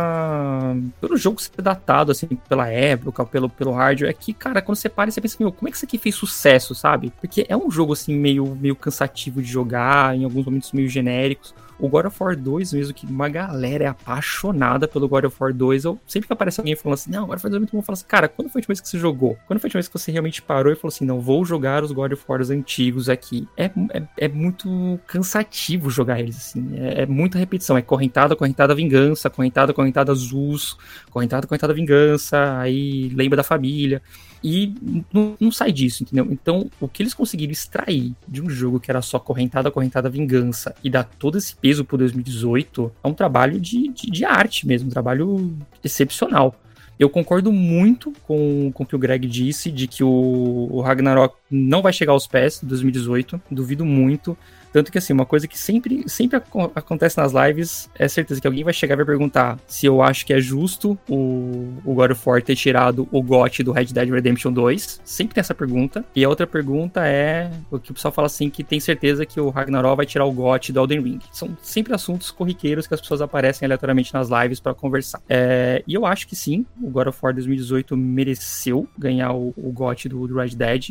pelo jogo ser datado, assim, pela época, pelo hardware. É que, cara, quando você para e você pensa, como é que isso aqui fez sucesso, sabe? Porque é um jogo, assim, meio cansativo de jogar, em alguns momentos meio genéricos. O God of War 2 mesmo, que uma galera é apaixonada pelo God of War 2. Sempre que aparece alguém falando assim, não, o God of War 2 é muito bom, eu falo assim, cara, quando foi a última vez que você jogou? Quando foi a última vez que você realmente parou e falou assim, não, vou jogar os God of War antigos aqui? É muito cansativo jogar eles, assim. É muita repetição. É correntada, vingança, correntada, Zeus, correntada, vingança, aí lembra da família. E não sai disso, entendeu? Então, o que eles conseguiram extrair de um jogo que era só correntada, vingança e dar todo esse peso pro 2018 é um trabalho de arte mesmo, um trabalho excepcional. Eu concordo muito com o que o Greg disse, de que o Ragnarok não vai chegar aos pés de 2018, duvido muito. Tanto que, assim, uma coisa que sempre acontece nas lives é a certeza que alguém vai chegar e vai perguntar se eu acho que é justo o God of War ter tirado o GOT do Red Dead Redemption 2. Sempre tem essa pergunta. E a outra pergunta é o que o pessoal fala assim, que tem certeza que o Ragnarok vai tirar o GOT do Elden Ring. São sempre assuntos corriqueiros que as pessoas aparecem aleatoriamente nas lives pra conversar. E eu acho que sim, o God of War 2018 mereceu ganhar o GOT do Red Dead. O Red Dead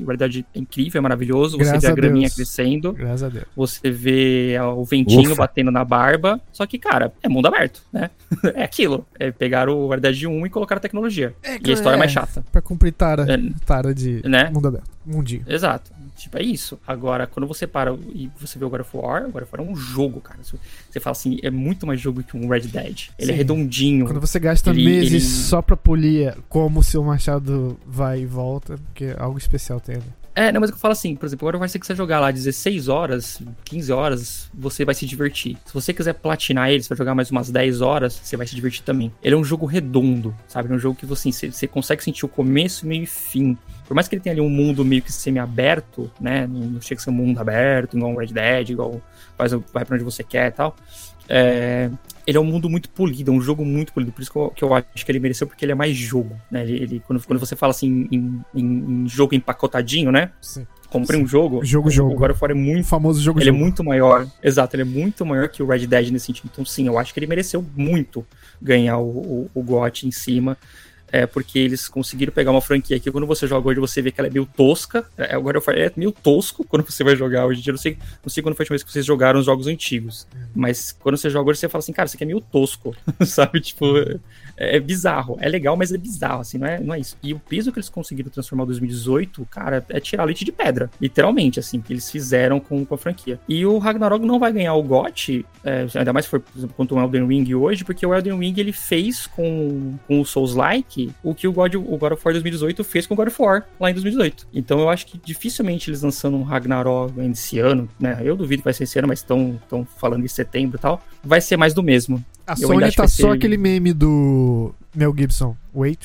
é incrível, é maravilhoso. Você Graças vê a a graminha Deus. crescendo, Graças a Deus. você vê o ventinho Ufa. batendo na barba. Só que, cara, é mundo aberto, né? É aquilo. Pegaram o Red Dead 1 e colocaram tecnologia. E a história é mais chata. Pra cumprir tara de Né? mundo aberto. Mundinho. Exato. Tipo, é isso. Agora, quando você para e você vê o God of War é um jogo, cara. Você fala assim, é muito mais jogo que um Red Dead. Ele é Sim. redondinho. Quando você gasta meses só pra polir como o seu machado vai e volta, porque é algo especial tem ali. Não, mas eu falo assim, por exemplo, agora se você quiser jogar lá 16 horas, 15 horas, você vai se divertir. Se você quiser platinar ele, você vai jogar mais umas 10 horas, você vai se divertir também. Ele é um jogo redondo, sabe? Ele é um jogo que você consegue sentir o começo, meio e fim. Por mais que ele tenha ali um mundo meio que semi-aberto, né? Não chega a ser um mundo aberto, igual um Red Dead, igual vai pra onde você quer e tal. Ele é um mundo muito polido, é um jogo muito polido, por isso que eu acho que ele mereceu, porque ele é mais jogo, né? Quando você fala assim em jogo empacotadinho, né? Sim. Comprei um jogo. Jogo. O God of War é muito... O famoso jogo. Ele é muito maior. Exato, ele é muito maior que o Red Dead nesse sentido. Então, sim, eu acho que ele mereceu muito ganhar o GOT em cima. Porque eles conseguiram pegar uma franquia que quando você joga hoje, você vê que ela é meio tosca. O God of War é meio tosco quando você vai jogar hoje em dia. Não sei quando foi a última vez que vocês jogaram os jogos antigos. Mas quando você joga hoje, você fala assim, cara, isso aqui é meio tosco. Sabe? Tipo, é bizarro. É legal, mas é bizarro, assim, não é isso. E o peso que eles conseguiram transformar em 2018, cara, é tirar leite de pedra. Literalmente, assim, que eles fizeram com a franquia. E o Ragnarok não vai ganhar o GOT, ainda mais se for, por exemplo, quanto o Elden Ring hoje, porque o Elden Ring, ele fez com o Souls-like o que o God of War 2018 fez com o God of War lá em 2018. Então eu acho que dificilmente eles lançando um Ragnarok esse ano, né? Eu duvido que vai ser esse ano, mas estão falando em setembro e tal. Vai ser mais do mesmo. A Sony tá só aquele meme do Mel Gibson. Wait.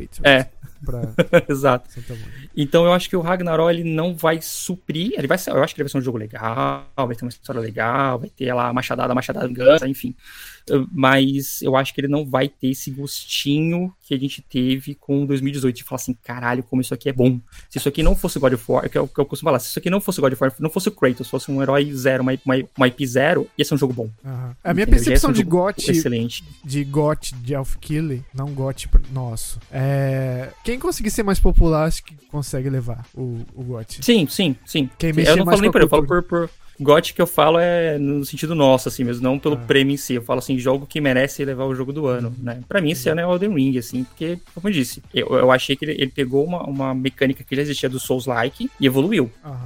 Exato. Então eu acho que o Ragnarok ele não vai suprir, eu acho que ele vai ser um jogo legal, vai ter uma história legal, vai ter lá a machadada gansa, enfim. Mas eu acho que ele não vai ter esse gostinho que a gente teve com 2018, de falar assim, caralho, como isso aqui é bom. Se isso aqui não fosse God of War, que eu costumo falar, se isso aqui não fosse God of War, não fosse o Kratos, fosse um herói zero, uma IP zero, ia ser um jogo bom. Uhum. A minha percepção de GOT, excelente. de Geoff Keighley, não GOT nosso, quem conseguir ser mais popular, acho que consegue levar o GOT. Sim. Eu não falo nem por ele, eu falo por GOT que eu falo é no sentido nosso, assim mesmo, não pelo prêmio em si. Eu falo assim, jogo que merece levar o jogo do ano, né? Pra mim, esse ano é o Elden Ring, assim, porque, como eu disse, eu achei que ele pegou uma mecânica que já existia do Souls-like e evoluiu.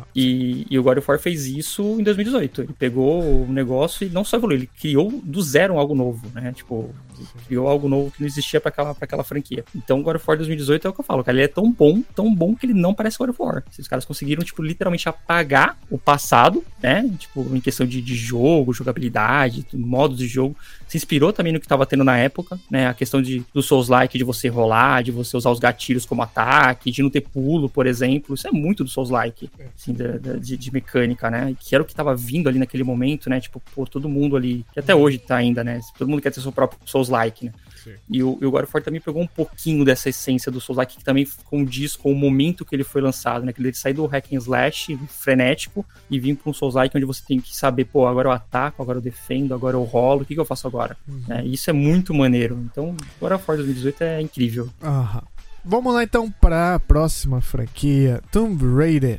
E o God of War fez isso em 2018. Ele pegou o negócio e não só evoluiu, ele criou do zero algo novo, né? Tipo, criou algo novo que não existia pra aquela franquia. Então, o God of War 2018 é o que eu falo, cara, ele é tão bom que ele não parece God of War. Esses caras conseguiram, tipo, literalmente apagar o passado, né? Tipo, em questão de jogo, jogabilidade, modos de jogo. Se inspirou também no que estava tendo na época, né? A questão do Souls-like, de você rolar, de você usar os gatilhos como ataque, de não ter pulo, por exemplo. Isso é muito do Souls-like, assim, de mecânica, né? Que era o que estava vindo ali naquele momento, né? Tipo, pô, todo mundo ali, que até hoje tá ainda, né? Todo mundo quer ter seu próprio Souls-like, né? E o God of War também pegou um pouquinho dessa essência do Souls-like, que também condiz com o momento que ele foi lançado, né? Que ele saiu do hack and slash frenético e vir para um Souls-like onde você tem que saber, pô, agora eu ataco, agora eu defendo, agora eu rolo, o que eu faço agora? E isso é muito maneiro. Então, God of War 2018 é incrível. Vamos lá então para a próxima franquia, Tomb Raider.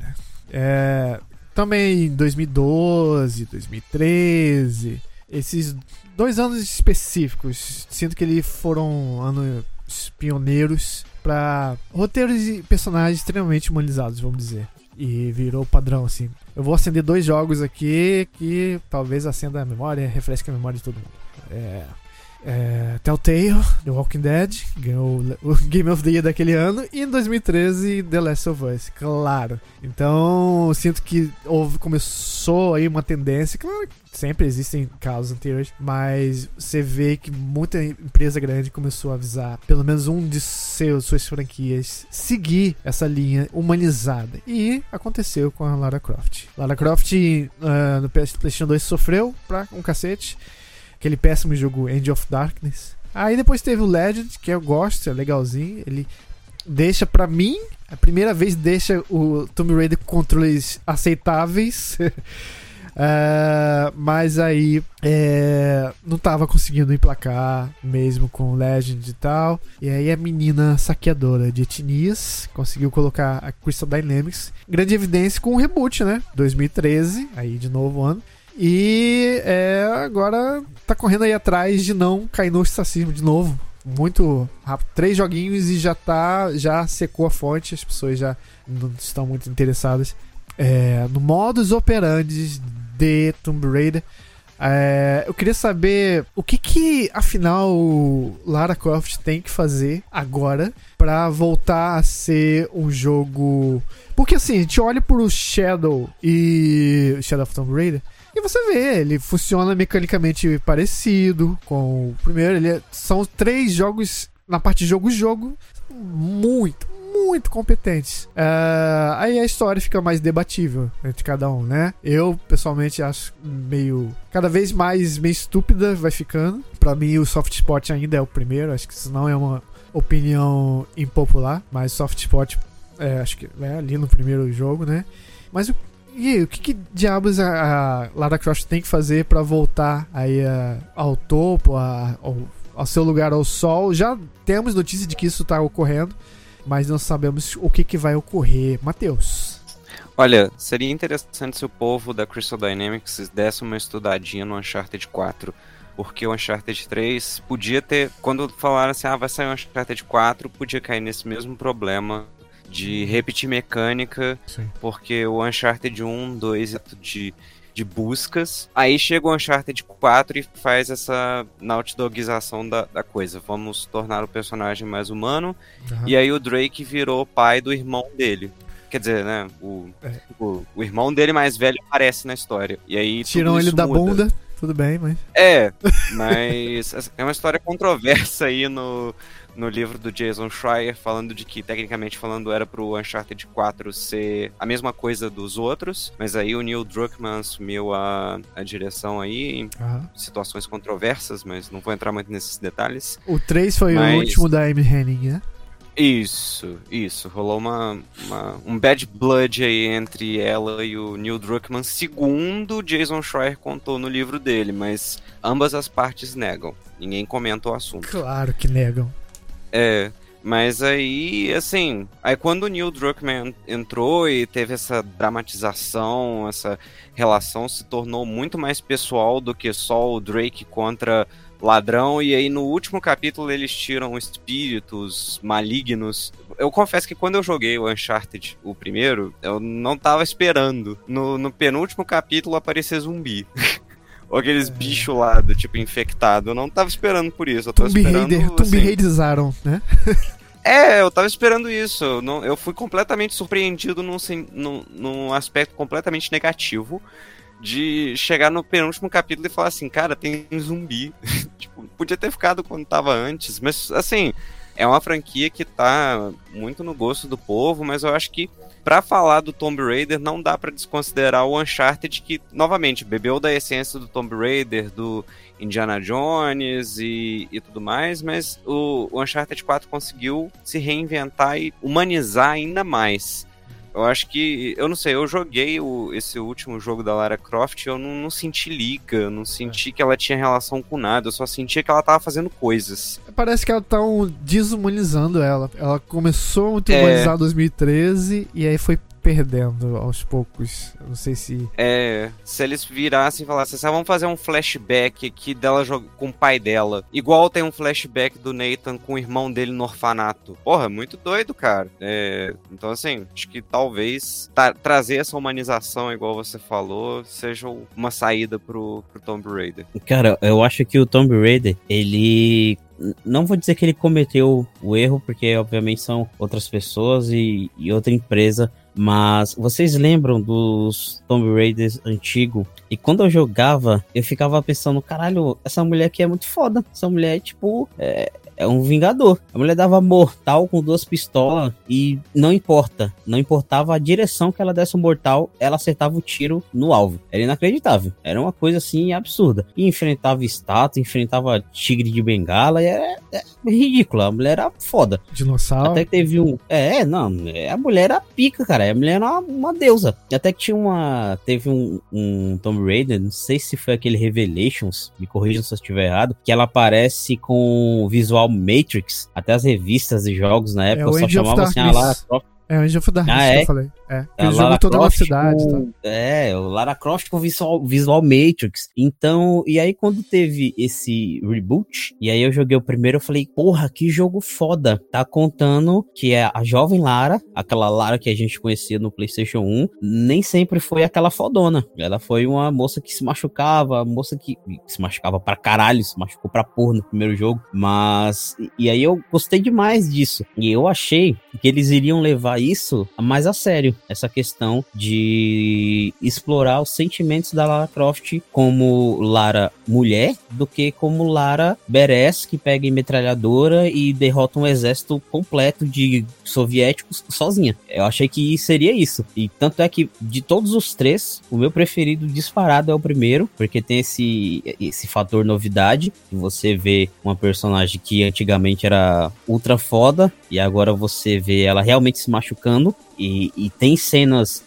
Também em 2012, 2013, esses 2 anos específicos, sinto que eles foram anos pioneiros para roteiros e personagens extremamente humanizados, vamos dizer. E virou padrão, assim. Eu vou acender 2 jogos aqui que talvez acenda a memória, refresque a memória de todo mundo. Telltale, The Walking Dead, ganhou o Game of the Year daquele ano, e em 2013 The Last of Us, claro. Então, sinto que começou aí uma tendência, claro, sempre existem casos anteriores, mas você vê que muita empresa grande começou a avisar, pelo menos um de suas franquias, seguir essa linha humanizada. E aconteceu com a Lara Croft. Lara Croft no PlayStation 2 sofreu pra um cacete. Aquele péssimo jogo End of Darkness. Aí depois teve o Legend, que eu gosto, é legalzinho. Ele deixa, pra mim, a primeira vez deixa o Tomb Raider com controles aceitáveis. Mas aí não tava conseguindo emplacar mesmo com Legend e tal. E aí a menina saqueadora de etnias conseguiu colocar a Crystal Dynamics. Grande evidência com o reboot, né? 2013, aí de novo ano. E agora tá correndo aí atrás de não cair no ostracismo de novo. Muito rápido. 3 joguinhos e já secou a fonte. As pessoas já não estão muito interessadas no modus operandi de Tomb Raider. Eu queria saber o que afinal Lara Croft tem que fazer agora pra voltar a ser um jogo. Porque assim, a gente olha pro Shadow of Tomb Raider e você vê, ele funciona mecanicamente parecido com o primeiro. São 3 jogos, na parte de jogo, muito competentes. Aí a história fica mais debatível entre cada um, né? Eu, pessoalmente, acho cada vez mais meio estúpida vai ficando. Pra mim, o Soft Spot ainda é o primeiro. Acho que isso não é uma opinião impopular. Mas o Soft Spot, acho que é ali no primeiro jogo, né? Mas o que diabos a Lara Croft tem que fazer pra voltar aí ao topo, ao seu lugar ao sol? Já temos notícia de que isso tá ocorrendo, mas não sabemos o que vai ocorrer. Matheus? Olha, seria interessante se o povo da Crystal Dynamics desse uma estudadinha no Uncharted 4, porque o Uncharted 3 podia ter, quando falaram assim, vai sair o Uncharted 4, podia cair nesse mesmo problema de repetir mecânica. Sim. Porque o Uncharted 1, 2 é tudo de buscas. Aí chega o Uncharted 4 e faz essa Naughty Dogização da coisa. Vamos tornar o personagem mais humano. Uhum. E aí o Drake virou pai do irmão dele. Quer dizer, né? O irmão dele mais velho aparece na história. E aí tiram ele da bunda. Tudo bem, mas... mas é uma história controversa aí no livro do Jason Schreier, falando de que, tecnicamente falando, era pro Uncharted 4 ser a mesma coisa dos outros, mas aí o Neil Druckmann assumiu a direção aí em situações controversas, mas não vou entrar muito nesses detalhes. O 3 foi o último da Amy Hennig, né? Isso. Rolou um bad blood aí entre ela e o Neil Druckmann, segundo Jason Schreier contou no livro dele, mas ambas as partes negam. Ninguém comenta o assunto. Claro que negam. Mas aí, assim, quando o Neil Druckmann entrou e teve essa dramatização, essa relação se tornou muito mais pessoal do que só o Drake contra ladrão, e aí no último capítulo eles tiram espíritos malignos. Eu confesso que quando eu joguei o Uncharted, o primeiro, eu não tava esperando no penúltimo capítulo aparecer zumbi. Ou aqueles bichos lá, do tipo, infectado. Eu não tava esperando por isso. Eu tava esperando... Tomb Raidizaram, né? Eu tava esperando isso. Eu fui completamente surpreendido num aspecto completamente negativo. De chegar no penúltimo capítulo e falar assim, cara, tem zumbi. Tipo, podia ter ficado quando tava antes. Mas, assim, é uma franquia que tá muito no gosto do povo, mas eu acho que pra falar do Tomb Raider não dá pra desconsiderar o Uncharted, que, novamente, bebeu da essência do Tomb Raider, do Indiana Jones e tudo mais, mas o Uncharted 4 conseguiu se reinventar e humanizar ainda mais. Eu acho que, eu não sei, eu joguei esse último jogo da Lara Croft, eu não senti liga, eu não senti que ela tinha relação com nada, eu só sentia que ela tava fazendo coisas. Parece que ela tá desumanizando ela. Ela começou muito humanizar em 2013 e aí foi perdendo aos poucos. Eu não sei se... se eles virassem e falassem assim, vamos fazer um flashback aqui dela com o pai dela. Igual tem um flashback do Nathan com o irmão dele no orfanato. Porra, muito doido, cara. Então, assim, acho que talvez trazer essa humanização, igual você falou, seja uma saída pro Tomb Raider. Cara, eu acho que o Tomb Raider, ele... Não vou dizer que ele cometeu o erro, porque obviamente são outras pessoas e outra empresa, mas vocês lembram dos Tomb Raiders antigos? E quando eu jogava, eu ficava pensando, caralho, essa mulher aqui é muito foda. Essa mulher, tipo, é um vingador. A mulher dava mortal com 2 pistolas e não importava a direção que ela desse o mortal, ela acertava o tiro no alvo. Era inacreditável. Era uma coisa assim absurda. E enfrentava estátua, enfrentava tigre de bengala, e é ridículo. A mulher era foda. Dinossauro. Até que teve um... a mulher era pica, cara. A mulher era uma deusa. E até que teve um Tomb Raider, não sei se foi aquele Revelations, me corrijam se eu estiver errado, que ela aparece com visual Matrix. Até as revistas e jogos na época só chamavam assim, a Lara Croft. É o Angel of Darkness que eu falei. Ele jogou toda a cidade. Tá? O Lara Croft com visual Matrix. Então, e aí quando teve esse reboot, e aí eu joguei o primeiro, eu falei, porra, que jogo foda. Tá contando que é a jovem Lara, aquela Lara que a gente conhecia no PlayStation 1, nem sempre foi aquela fodona. Ela foi uma moça que se machucava, moça que se machucava pra caralho, se machucou pra porra no primeiro jogo. Mas, e aí eu gostei demais disso. E eu achei que eles iriam levar isso mais a sério, essa questão de explorar os sentimentos da Lara Croft como Lara mulher, do que como Lara badass, que pega em metralhadora e derrota um exército completo de soviéticos sozinha. Eu achei que seria isso, e tanto é que de todos os 3, o meu preferido disparado é o primeiro, porque tem esse fator novidade, que você vê uma personagem que antigamente era ultra foda, e agora você vê ela realmente se machucando, e tem cenas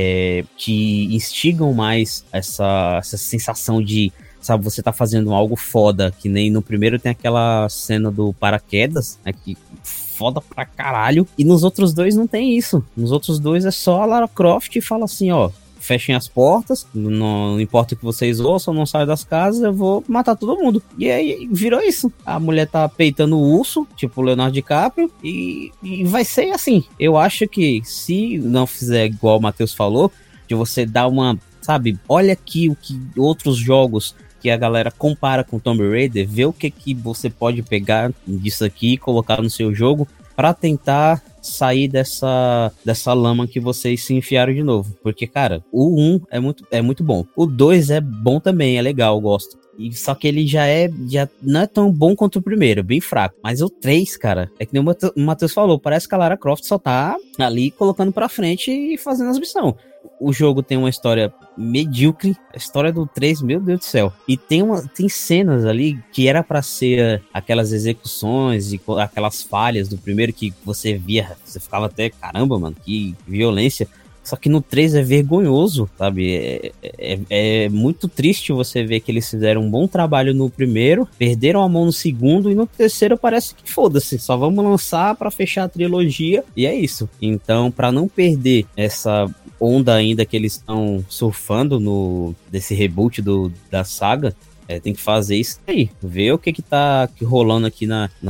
que instigam mais essa sensação de, sabe, você tá fazendo algo foda, que nem no primeiro tem aquela cena do paraquedas, né, que foda pra caralho, e nos outros 2 não tem isso. Nos outros 2 é só a Lara Croft e fala assim, ó, fechem as portas, não importa o que vocês ouçam, não saiam das casas, eu vou matar todo mundo. E aí virou isso. A mulher tá peitando o urso, tipo o Leonardo DiCaprio, e vai ser assim. Eu acho que se não fizer igual o Matheus falou, de você dar uma, sabe, olha aqui o que outros jogos que a galera compara com Tomb Raider, vê o que você pode pegar disso aqui e colocar no seu jogo pra tentar sair dessa lama que vocês se enfiaram de novo. Porque, cara, o 1 é muito bom. O 2 é bom também, é legal, eu gosto. Só que ele já não é tão bom quanto o primeiro, bem fraco. Mas o 3, cara, é que nem o Matheus falou, parece que a Lara Croft só tá ali colocando pra frente e fazendo as missões. O jogo tem uma história medíocre, a história do 3, meu Deus do céu. E tem cenas ali que era pra ser aquelas execuções e aquelas falhas do primeiro que você via, você ficava até, caramba, mano, que violência. Só que no 3 é vergonhoso, sabe? É muito triste você ver que eles fizeram um bom trabalho no primeiro, perderam a mão no segundo, e no terceiro parece que foda-se, só vamos lançar pra fechar a trilogia, e é isso. Então, pra não perder essa onda ainda que eles estão surfando desse reboot da saga, tem que fazer isso aí, ver o que tá rolando aqui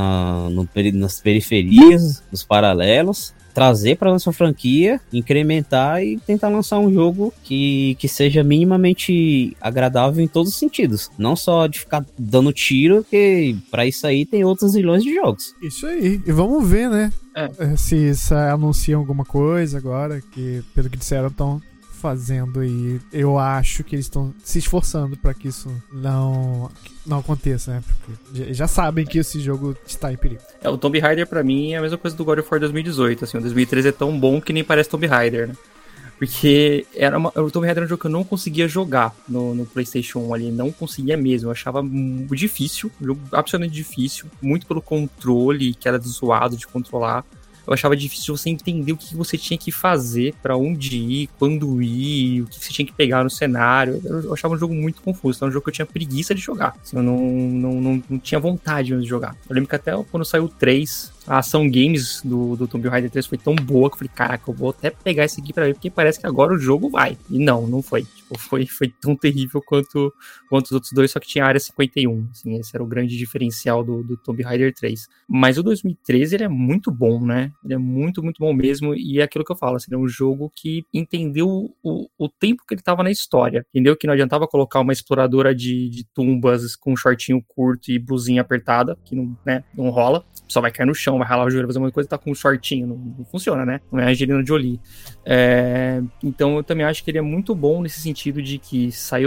nas periferias, nos paralelos, trazer para nossa franquia, incrementar e tentar lançar um jogo que seja minimamente agradável em todos os sentidos. Não só de ficar dando tiro, porque para isso aí tem outros zilhões de jogos. Isso aí. E vamos ver, né? Se anunciam alguma coisa agora, que pelo que disseram estão fazendo, e eu acho que eles estão se esforçando para que isso não aconteça, né? Porque já sabem que esse jogo está em perigo. O Tomb Raider pra mim é a mesma coisa do God of War 2018, assim, o 2013 é tão bom que nem parece Tomb Raider, né? Porque o Tomb Raider era um jogo que eu não conseguia jogar no PlayStation 1 ali, não conseguia mesmo, eu achava difícil, um jogo absolutamente difícil, muito pelo controle, que era zoado de controlar. Eu achava difícil você entender o que você tinha que fazer, pra onde ir, quando ir, o que você tinha que pegar no cenário. Eu achava um jogo muito confuso, era um jogo que eu tinha preguiça de jogar. Assim, eu não tinha vontade mesmo de jogar. Eu lembro que até quando saiu o 3, a ação games do Tomb Raider 3 foi tão boa que eu falei, caraca, eu vou até pegar esse aqui pra ver, porque parece que agora o jogo vai. E não foi. Tipo, foi tão terrível quanto os outros dois, só que tinha a área 51. Assim, esse era o grande diferencial do Tomb Raider 3. Mas o 2013, ele é muito bom, né? Ele é muito, muito bom mesmo. E é aquilo que eu falo, assim, é um jogo que entendeu o tempo que ele tava na história. Entendeu que não adiantava colocar uma exploradora de tumbas com um shortinho curto e blusinha apertada, que não rola. Só vai cair no chão, vai ralar o joelho, fazer uma coisa e tá com um shortinho. Não funciona, né? Não é a Angelina Jolie. Então eu também acho que ele é muito bom nesse sentido de que saiu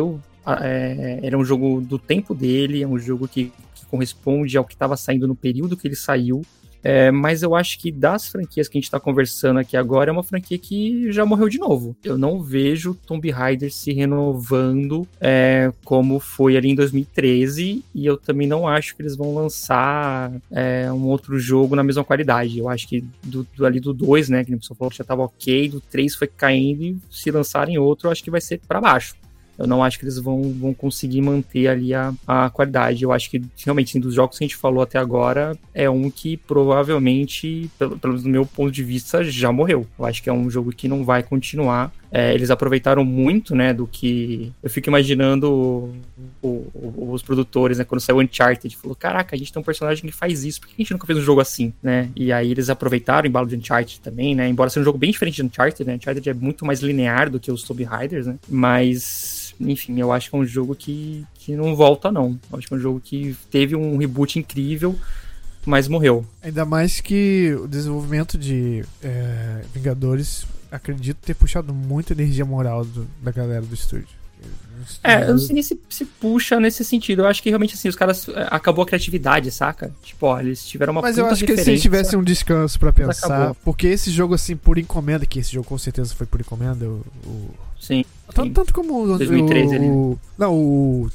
ele é um jogo do tempo dele, é um jogo que corresponde ao que estava saindo no período que ele saiu. Mas eu acho que das franquias que a gente tá conversando aqui agora, é uma franquia que já morreu de novo. Eu não vejo Tomb Raider se renovando como foi ali em 2013, e eu também não acho que eles vão lançar um outro jogo na mesma qualidade. Eu acho que ali do 2, né, que a pessoa falou que já tava ok, do 3 foi caindo, e se lançarem outro, eu acho que vai ser pra baixo. Eu não acho que eles vão conseguir manter ali a qualidade. Eu acho que, realmente, dos jogos que a gente falou até agora, é um que provavelmente, pelo menos do meu ponto de vista, já morreu. Eu acho que é um jogo que não vai continuar. Eles aproveitaram muito, né, do que... Eu fico imaginando os produtores, né, quando saiu o Uncharted, falou, caraca, a gente tem um personagem que faz isso, por que a gente nunca fez um jogo assim, né? E aí eles aproveitaram o embalo de Uncharted também, né? Embora seja um jogo bem diferente de Uncharted, né? Uncharted é muito mais linear do que os Tomb Raiders, né? Mas... enfim, eu acho que é um jogo que não volta, não. Eu acho que é um jogo que teve um reboot incrível, mas morreu. Ainda mais que o desenvolvimento de Vingadores, acredito ter puxado muita energia moral da galera do estúdio. Eu não sei nem se puxa nesse sentido. Eu acho que realmente, assim, os caras... acabou a criatividade, saca? Tipo, ó, eles tiveram uma Mas eu acho que se eles tivessem um descanso pra pensar... Porque esse jogo, assim, por encomenda, que esse jogo com certeza foi por encomenda, Sim. Tanto como o 2013 ali. Não,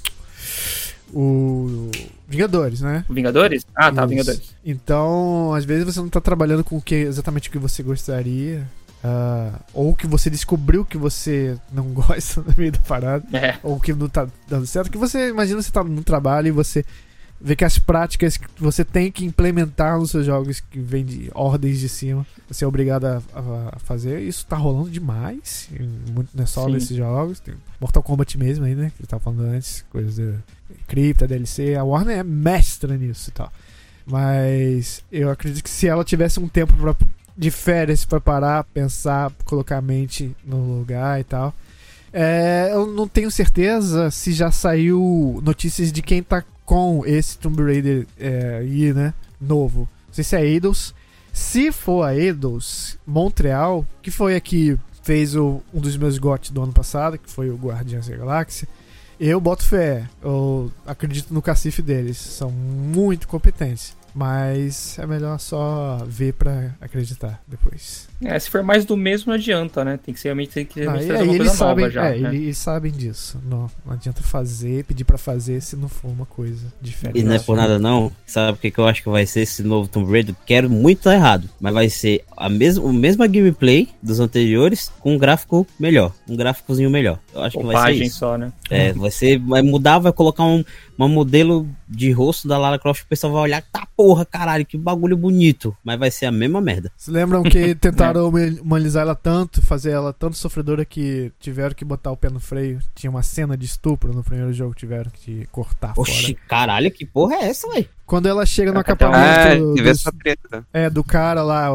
o Vingadores, né? O Vingadores? Ah, tá, Isso. Vingadores. Então, às vezes você não tá trabalhando com exatamente o que você gostaria... ou que você descobriu que você não gosta no meio da parada, ou que não tá dando certo, que você imagina, você tá no trabalho e você vê que as práticas que você tem que implementar nos seus jogos, que vem de ordens de cima, você é obrigado a fazer. Isso tá rolando demais, muito, não é só nesses jogos, tem Mortal Kombat mesmo aí, né, que eu tava falando antes, coisas de cripta, DLC, a Warner é mestra nisso e tal, mas eu acredito que se ela tivesse um tempo de férias pra parar, pensar, colocar a mente no lugar e tal. Eu não tenho certeza se já saiu notícias de quem tá com esse Tomb Raider aí, né, novo. Não sei se é Eidos. Se for a Eidos, Montreal, que foi a que fez um dos meus GOT do ano passado, que foi o Guardiões da Galáxia, eu boto fé. Eu acredito no cacife deles. São muito competentes. Mas é melhor só ver pra acreditar depois. Se for mais do mesmo, não adianta, né? Tem que realmente trazer uma eles coisa sabem, nova já. Né? Eles sabem disso. Não adianta pedir pra fazer se não for uma coisa diferente. E não é por nada não. Sabe o que eu acho que vai ser esse novo Tomb Raider? Quero muito estar errado, mas vai ser a mesma gameplay dos anteriores com um gráfico melhor. Um gráficozinho melhor. Eu acho que vai ser isso. Só, né? Vai mudar, vai colocar um modelo de rosto da Lara Croft, o pessoal vai olhar, tá porra, caralho, que bagulho bonito. Mas vai ser a mesma merda. Vocês lembram que tentaram humanizar ela tanto, fazer ela tanto sofredora que tiveram que botar o pé no freio? Tinha uma cena de estupro no primeiro jogo, tiveram que cortar fora. Oxi, caralho, que porra é essa, velho? Quando ela chega no acampamento do cara lá,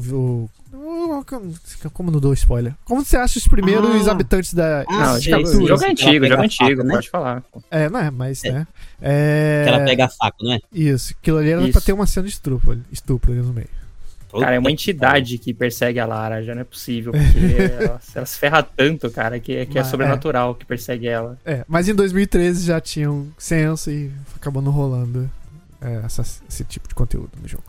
como não dou spoiler? Como você acha os primeiros habitantes da... Esse jogo é antigo, né? Pode falar. Mas, né? Que ela pega a faca, não é? Isso, aquilo ali era pra ter uma cena de estupro ali no meio. Cara, é uma entidade que persegue a Lara, já não é possível, porque ela se ferra tanto, cara, que é sobrenatural que persegue ela. Mas em 2013 já tinham senso e acabou não rolando esse tipo de conteúdo no jogo.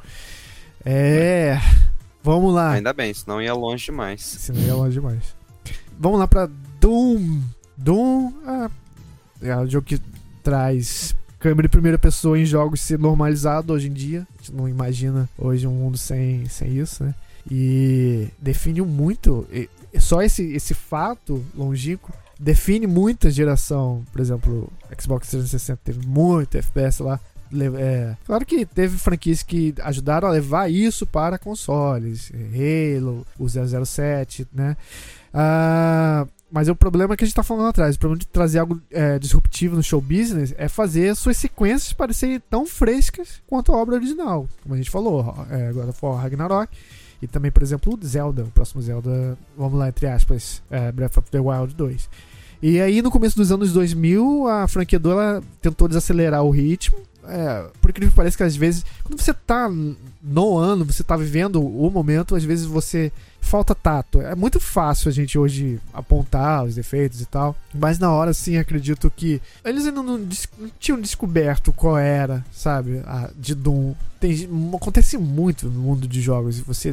Vamos lá. Ainda bem, senão ia longe demais. Vamos lá pra Doom. Doom é um jogo que traz câmera em primeira pessoa em jogos ser normalizado hoje em dia. A gente não imagina hoje um mundo sem isso, né? E define muito. Só esse fato longínquo define muita geração. Por exemplo, Xbox 360 teve muito FPS lá. Claro que teve franquias que ajudaram a levar isso para consoles, Halo, o 007, né? Mas o problema que a gente tá falando lá atrás, o problema de trazer algo disruptivo no show business é fazer suas sequências parecerem tão frescas quanto a obra original, como a gente falou, God of War Ragnarok, e também, por exemplo, o Zelda, o próximo Zelda, vamos lá, entre aspas, Breath of the Wild 2. E aí, no começo dos anos 2000, a franqueadora tentou desacelerar o ritmo. Por incrível que pareça, que às vezes, quando você tá no ano, você tá vivendo o momento, às vezes você falta tato. É muito fácil a gente hoje apontar os defeitos e tal, mas na hora, sim, acredito que eles ainda não tinham descoberto qual era, sabe, a de Doom. Acontece muito no mundo de jogos. Você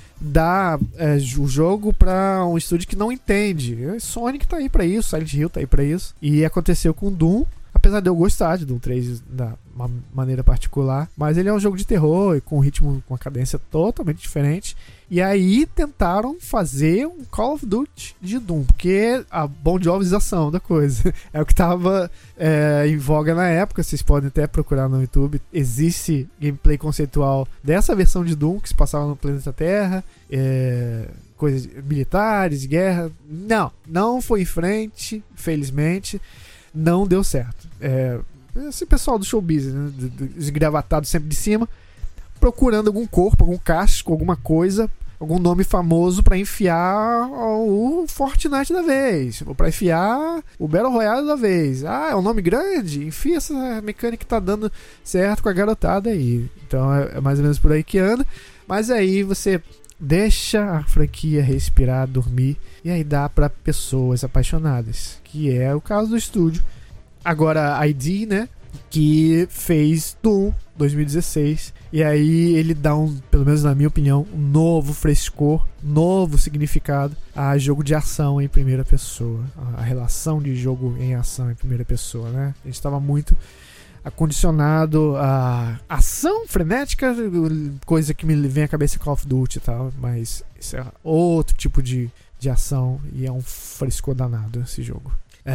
dá o jogo pra um estúdio que não entende. Sonic tá aí pra isso, Silent Hill tá aí pra isso. E aconteceu com Doom. Apesar de eu gostar de Doom 3 da uma maneira particular, mas ele é um jogo de terror e com um ritmo, com uma cadência totalmente diferente. E aí tentaram fazer um Call of Duty de Doom, porque a Bon Jovização da coisa é o que tava em voga na época. Vocês podem até procurar no YouTube. Existe gameplay conceitual dessa versão de Doom que se passava no planeta Terra, coisas militares, guerra. Não foi em frente, felizmente. Não deu certo. Esse pessoal do show business, né, esgravatado sempre de cima, procurando algum corpo, algum casco, alguma coisa, algum nome famoso pra enfiar o Fortnite da vez, ou pra enfiar o Battle Royale da vez. É um nome grande? Enfia essa mecânica que tá dando certo com a garotada aí. Então é mais ou menos por aí que anda. Mas aí você deixa a franquia respirar, dormir, e aí dá pra pessoas apaixonadas, que é o caso do estúdio. Agora a ID, né, que fez Doom 2016, e aí ele dá pelo menos na minha opinião, um novo frescor, novo significado a jogo de ação em primeira pessoa, a relação de jogo em ação em primeira pessoa, né? A gente estava muito acondicionado a ação frenética, coisa que me vem à cabeça Call of Duty e tal, mas isso é outro tipo de ação e é um frescor danado esse jogo.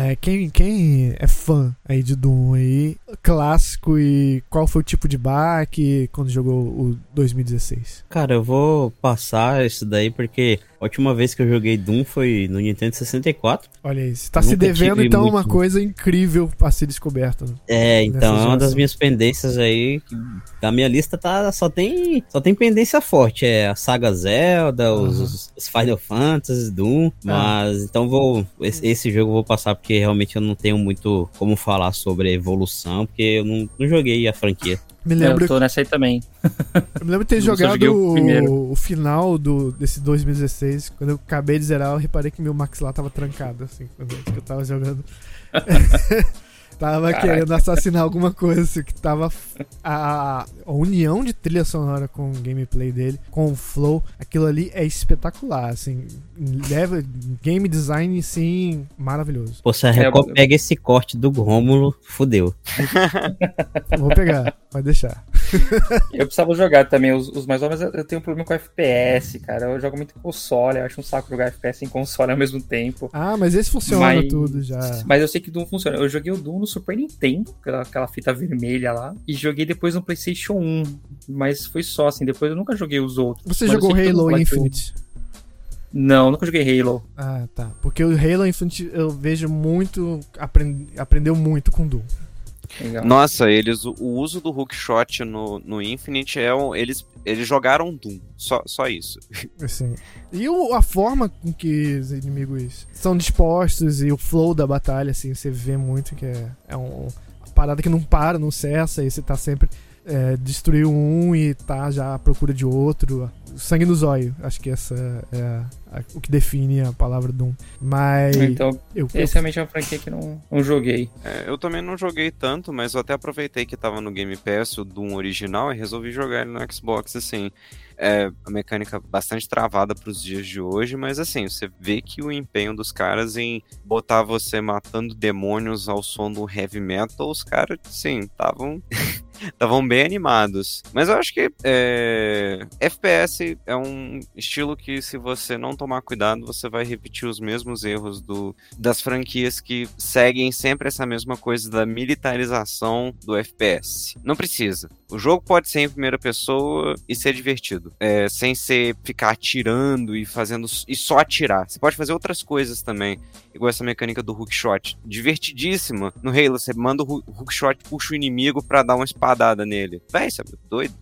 Quem é fã aí de Doom aí, clássico, e qual foi o tipo de baque quando jogou o 2016? Cara, eu vou passar isso daí porque a última vez que eu joguei Doom foi no Nintendo 64. Olha aí, você tá se devendo então uma coisa incrível a ser descoberta. Então é uma das minhas pendências aí. Da minha lista só tem pendência forte. É a saga Zelda, os Final Fantasy, Doom. Mas então esse jogo eu vou passar porque realmente eu não tenho muito como falar sobre a evolução, porque eu não joguei a franquia. Eu tô nessa aí também. Eu me lembro de ter jogado o final desse 2016. Quando eu acabei de zerar, eu reparei que meu maxilar tava trancado, assim, quando eu tava jogando. Tava querendo assassinar alguma coisa, assim, que tava a união de trilha sonora com o gameplay dele, com o flow, aquilo ali é espetacular, assim, game design, sim, maravilhoso. Pô, se a Record pega esse corte do Rômulo, fudeu. Vou pegar, pode deixar. Eu precisava jogar também os mais novos, mas eu tenho um problema com FPS, cara. Eu jogo muito em console, eu acho um saco jogar FPS em console ao mesmo tempo. Mas esse funciona tudo já. Mas eu sei que Doom funciona. Eu joguei o Doom no Super Nintendo, aquela fita vermelha lá, e joguei depois no PlayStation 1, mas foi só assim, depois eu nunca joguei os outros. Você jogou Halo Infinite? Não, nunca joguei Halo. Tá. Porque o Halo Infinite eu vejo muito, aprendeu muito com Doom. Legal. Nossa, o uso do hookshot no Infinite eles jogaram Doom, só isso. Sim. E a forma com que os inimigos são dispostos e o flow da batalha, assim, você vê muito que é uma parada que não para, não cessa, e você tá sempre destruiu um e tá já à procura de outro. Sangue no zóio, acho que essa é o que define a palavra Doom. Mas então, esse realmente é uma franquia que não joguei. Eu também não joguei tanto, mas eu até aproveitei que tava no Game Pass o Doom original e resolvi jogar ele no Xbox, assim. A mecânica bastante travada pros dias de hoje, mas assim, você vê que o empenho dos caras em botar você matando demônios ao som do heavy metal, os caras, sim, estavam bem animados. Mas eu acho que FPS é um estilo que, se você não tomar cuidado, você vai repetir os mesmos erros das franquias que seguem sempre essa mesma coisa da militarização do FPS. Não precisa. O jogo pode ser em primeira pessoa e ser divertido. Sem ficar atirando e só atirar. Você pode fazer outras coisas também. Igual essa mecânica do hookshot. Divertidíssima. No Halo, você manda o hookshot, puxa o inimigo pra dar uma espadada nele. Véi, você é doido?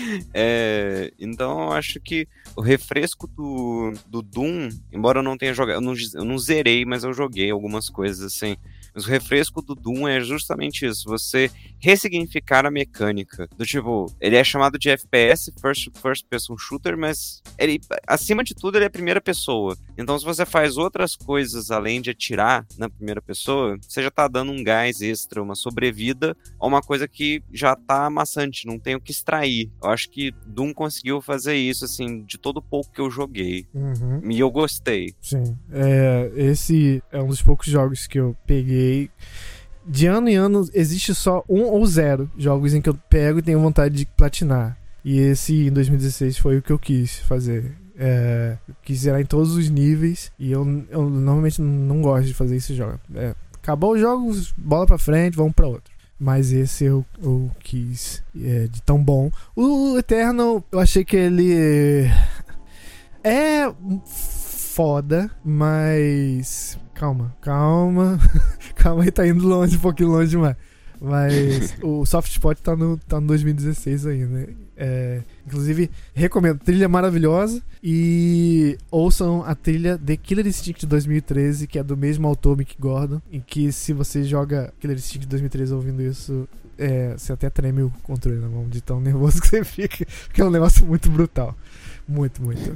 Então eu acho que o refresco do Doom, embora eu não tenha jogado, eu não zerei, mas eu joguei algumas coisas assim. Mas o refresco do Doom é justamente isso, você ressignificar a mecânica. Do tipo, ele é chamado de FPS, First Person Shooter, mas ele, acima de tudo, ele é primeira pessoa. Então, se você faz outras coisas além de atirar na primeira pessoa, você já tá dando um gás extra, uma sobrevida a uma coisa que já tá amassante, não tem o que extrair. Eu acho que Doom conseguiu fazer isso, assim, de todo pouco que eu joguei. E eu gostei. Sim. Esse é um dos poucos jogos que eu peguei. De ano em ano, existe só 1 ou 0 jogos em que eu pego e tenho vontade de platinar. E esse, em 2016, foi o que eu quis fazer. Eu quis zerar em todos os níveis. E eu normalmente não gosto de fazer esse jogo. Acabou os jogos, bola pra frente, vamos pra outro. Mas esse eu quis de tão bom. O Eternal, eu achei que ele é foda, mas... Calma. Calma, ele tá indo longe, um pouquinho longe demais. Mas o Soft Spot tá no 2016 ainda. Inclusive, recomendo. Trilha maravilhosa. E ouçam a trilha The Killer Instinct de 2013, que é do mesmo autor, Mick Gordon. Em que, se você joga Killer Instinct de 2013 ouvindo isso, você até treme o controle na mão, de tão nervoso que você fica. Porque é um negócio muito brutal. Muito, muito.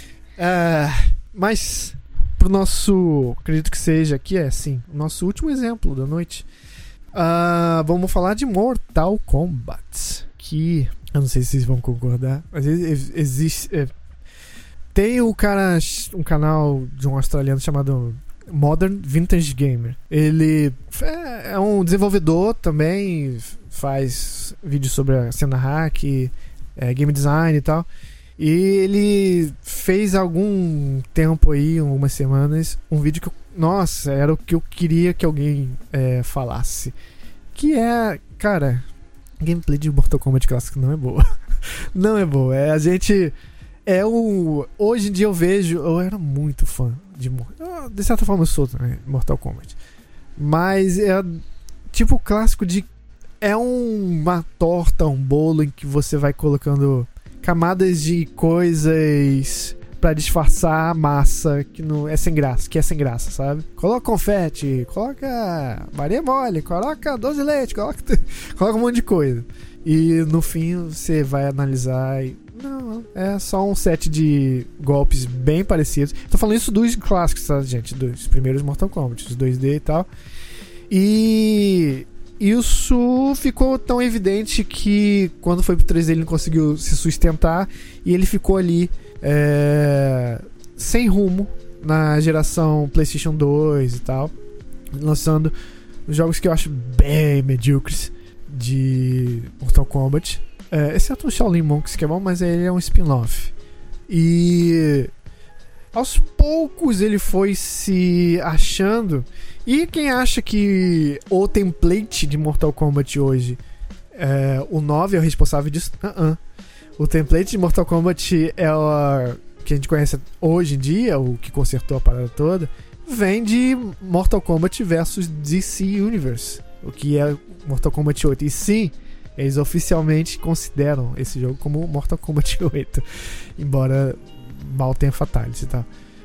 Mas... pro nosso, acredito que seja aqui, sim, o nosso último exemplo da noite. Vamos falar de Mortal Kombat, que eu não sei se vocês vão concordar, mas existe, tem um canal de um australiano chamado Modern Vintage Gamer. Ele é um desenvolvedor também, faz vídeos sobre a cena hack, game design e tal. E ele fez há algum tempo aí, algumas semanas, um vídeo que nossa, era o que eu queria que alguém falasse. Que cara, gameplay de Mortal Kombat clássico não é boa. Não é boa. Hoje em dia eu era muito fã de de certa forma eu sou também, Mortal Kombat. Mas é tipo o clássico de... é uma torta, um bolo em que você vai colocando camadas de coisas pra disfarçar a massa que não é sem graça, sabe? Coloca confete, coloca Maria mole, coloca doce de leite, coloca um monte de coisa. E no fim você vai analisar e... não, é só um set de golpes bem parecidos. Tô falando isso dos clássicos, tá, gente? Dos primeiros Mortal Kombat, os 2D e tal. E... isso ficou tão evidente que quando foi pro 3D ele não conseguiu se sustentar e ele ficou ali sem rumo na geração PlayStation 2 e tal, lançando jogos que eu acho bem medíocres de Mortal Kombat, exceto o Shaolin Monks, que é bom, mas ele é um spin-off. E aos poucos ele foi se achando. E quem acha que o template de Mortal Kombat hoje, o 9 é o responsável disso? O template de Mortal Kombat é o que a gente conhece hoje em dia, o que consertou a parada toda, vem de Mortal Kombat versus DC Universe, o que é Mortal Kombat 8. E sim, eles oficialmente consideram esse jogo como Mortal Kombat 8, embora mal tenha fatality e tal.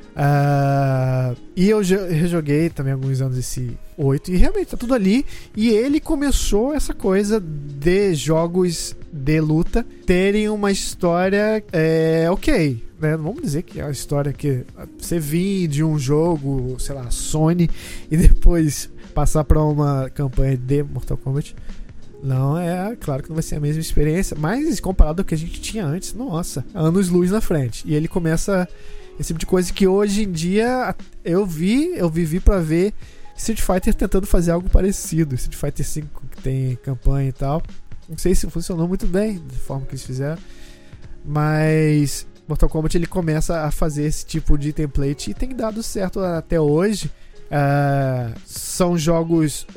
E eu rejoguei também há alguns anos esse 8 e realmente tá tudo ali. E ele começou essa coisa de jogos de luta terem uma história ok, né? Vamos dizer que é uma história que você vir de um jogo, sei lá, Sony, e depois passar pra uma campanha de Mortal Kombat. Não, claro que não vai ser a mesma experiência, mas comparado ao que a gente tinha antes, nossa, anos-luz na frente. E ele começa esse tipo de coisa que hoje em dia eu vivi pra ver Street Fighter tentando fazer algo parecido. Street Fighter 5 que tem campanha e tal. Não sei se funcionou muito bem da forma que eles fizeram, mas Mortal Kombat ele começa a fazer esse tipo de template e tem dado certo até hoje. São jogos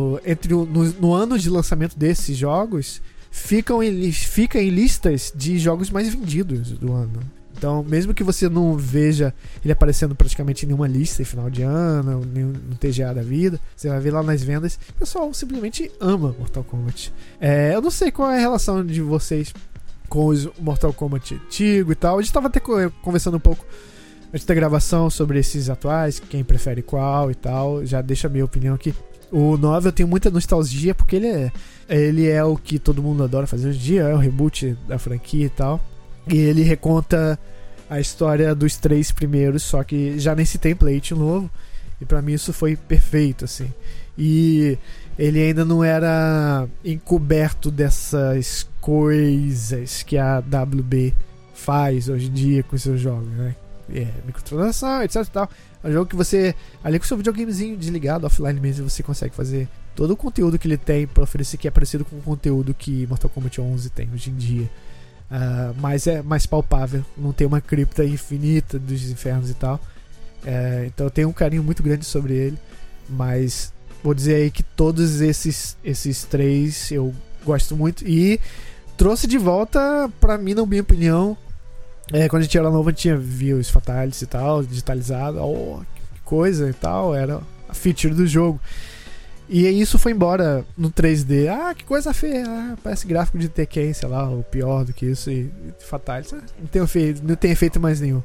no ano de lançamento desses jogos fica em listas de jogos mais vendidos do ano. Então, mesmo que você não veja ele aparecendo praticamente em nenhuma lista em final de ano, no TGA da vida, você vai ver lá nas vendas, o pessoal simplesmente ama Mortal Kombat. Eu não sei qual é a relação de vocês com os Mortal Kombat antigo e tal. A gente estava até conversando um pouco antes da gravação sobre esses atuais, quem prefere qual e tal. Já deixa a minha opinião aqui. O 9 eu tenho muita nostalgia porque ele é o que todo mundo adora fazer hoje em dia, é o reboot da franquia e tal. E ele reconta a história dos 3 primeiros, só que já nesse template novo. E pra mim isso foi perfeito, assim. E ele ainda não era encoberto dessas coisas que a WB faz hoje em dia com seus jogos, né? Microtransação, etc e tal. É um jogo que você, ali com o seu videogamezinho desligado, offline mesmo, você consegue fazer todo o conteúdo que ele tem pra oferecer, que é parecido com o conteúdo que Mortal Kombat 11 tem hoje em dia. Mas é mais palpável, não tem uma cripta infinita dos infernos e tal. Então eu tenho um carinho muito grande sobre ele, mas vou dizer aí que todos esses 3 eu gosto muito e trouxe de volta, pra mim, na minha opinião, quando a gente era novo, a gente via os Fatalities e tal, digitalizado, que coisa e tal, era a feature do jogo. E isso foi embora no 3D. Que coisa feia, parece gráfico de Tekken, sei lá, ou pior do que isso, e Fatalities, não tem efeito mais nenhum.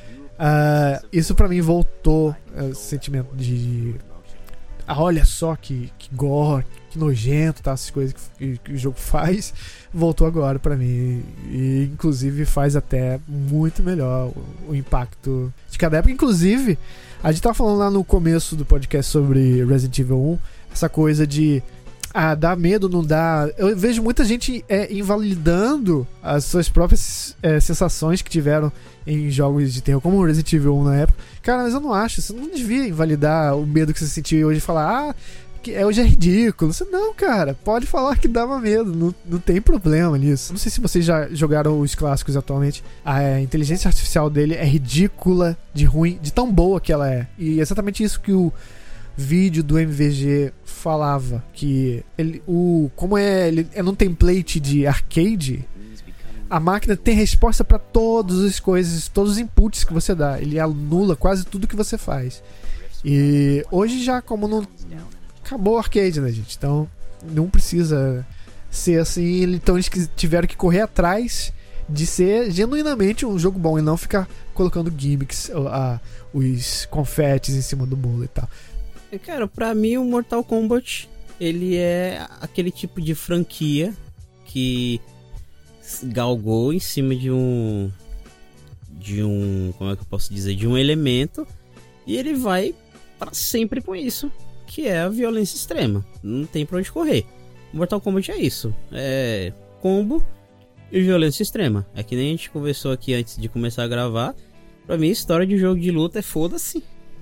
Isso pra mim voltou, esse sentimento de olha só que gore, que nojento, tá, essas coisas que o jogo faz, voltou agora pra mim, e inclusive faz até muito melhor o impacto de cada época. Inclusive, a gente tava falando lá no começo do podcast sobre Resident Evil 1, essa coisa de dá medo, não dá. Eu vejo muita gente invalidando as suas próprias sensações que tiveram em jogos de terror, como Resident Evil 1 na época. Cara, mas eu não acho. Você não devia invalidar o medo que você sentiu hoje e falar, hoje é ridículo. Você, não, cara, pode falar que dava medo, não tem problema nisso. Não sei se vocês já jogaram os clássicos atualmente. A inteligência artificial dele é ridícula, de ruim, de tão boa que ela é. E é exatamente isso que o vídeo do MVG falava, que como ele é num template de arcade, a máquina tem resposta para todas as coisas, todos os inputs que você dá. Ele anula quase tudo que você faz. E hoje já, como não acabou o arcade, né, gente? Então não precisa ser assim. Então eles tiveram que correr atrás de ser genuinamente um jogo bom e não ficar colocando gimmicks, os confetes em cima do bolo e tal. Cara, pra mim o Mortal Kombat, ele é aquele tipo de franquia que galgou em cima de um como é que eu posso dizer, de um elemento, e ele vai pra sempre com isso, que é a violência extrema. Não tem pra onde correr. Mortal Kombat é isso, é combo e violência extrema. É que nem a gente conversou aqui antes de começar a gravar. Pra mim, história de jogo de luta é foda-se.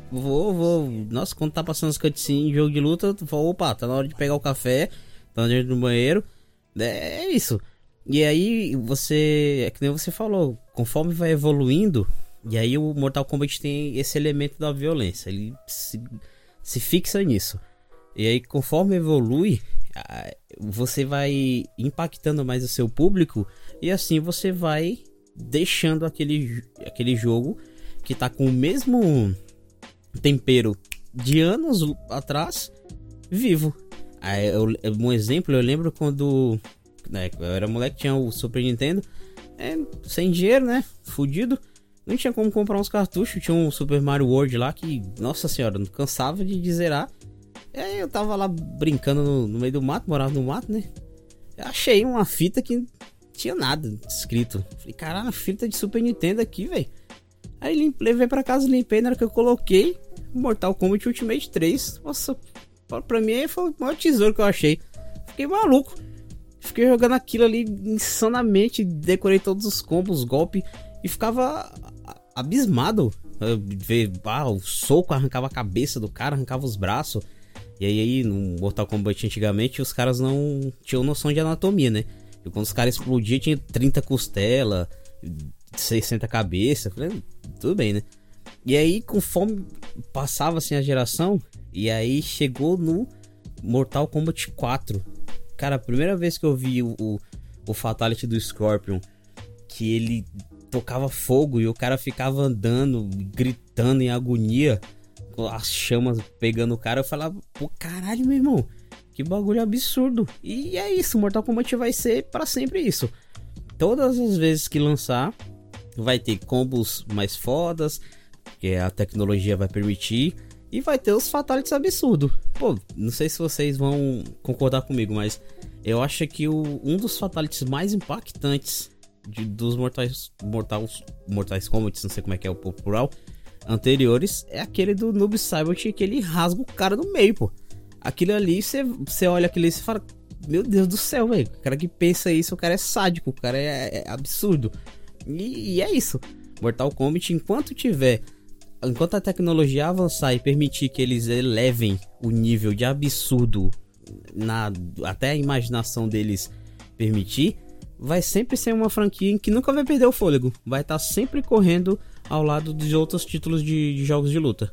Nossa, quando tá passando as cutscenes em jogo de luta, eu falo, opa, tá na hora de pegar o café, tá dentro do banheiro. É isso. E aí é que nem você falou, conforme vai evoluindo, e aí o Mortal Kombat tem esse elemento da violência, ele se fixa nisso. E aí conforme evolui, você vai impactando mais o seu público, e assim você vai deixando aquele jogo que tá com o mesmo tempero de anos atrás vivo. Um exemplo, eu lembro quando eu era moleque, tinha o Super Nintendo, sem dinheiro, né, fudido, não tinha como comprar uns cartuchos. Tinha um Super Mario World lá que, nossa senhora, não cansava de zerar. E aí eu tava lá brincando no meio do mato, morava no mato, né, eu achei uma fita que não tinha nada escrito. Falei, caralho, fita de Super Nintendo aqui, velho. Aí levei pra casa, limpei, na hora que eu coloquei Mortal Kombat Ultimate 3, nossa, pra mim foi o maior tesouro que eu achei. Fiquei maluco, fiquei jogando aquilo ali insanamente, decorei todos os combos, os golpes, e ficava abismado. Ver o soco arrancava a cabeça do cara, arrancava os braços. E aí no Mortal Kombat antigamente os caras não tinham noção de anatomia, né? E quando os caras explodiam tinha 30 costelas, 60 cabeças. Falei, tudo bem, né? E aí conforme passava assim a geração, e aí chegou no Mortal Kombat 4. Cara, a primeira vez que eu vi o Fatality do Scorpion, que ele tocava fogo e o cara ficava andando, gritando em agonia, com as chamas pegando o cara, eu falava, pô, caralho, meu irmão, que bagulho absurdo. E é isso, Mortal Kombat vai ser pra sempre isso. Todas as vezes que lançar, vai ter combos mais fodas, porque a tecnologia vai permitir e vai ter os fatalities absurdos. Pô, não sei se vocês vão concordar comigo, mas eu acho que um dos fatalities mais impactantes dos Mortais Kombat, não sei como é que é o plural, anteriores, é aquele do Noob Saibot, que ele rasga o cara no meio, pô. Aquilo ali, você olha aquilo ali e você fala, meu Deus do céu, velho. O cara que pensa isso, o cara é sádico, o cara é absurdo. E é isso. Mortal Kombat, enquanto a tecnologia avançar e permitir que eles elevem o nível de absurdo, até a imaginação deles permitir, vai sempre ser uma franquia em que nunca vai perder o fôlego. Vai estar sempre correndo ao lado de outros títulos de jogos de luta.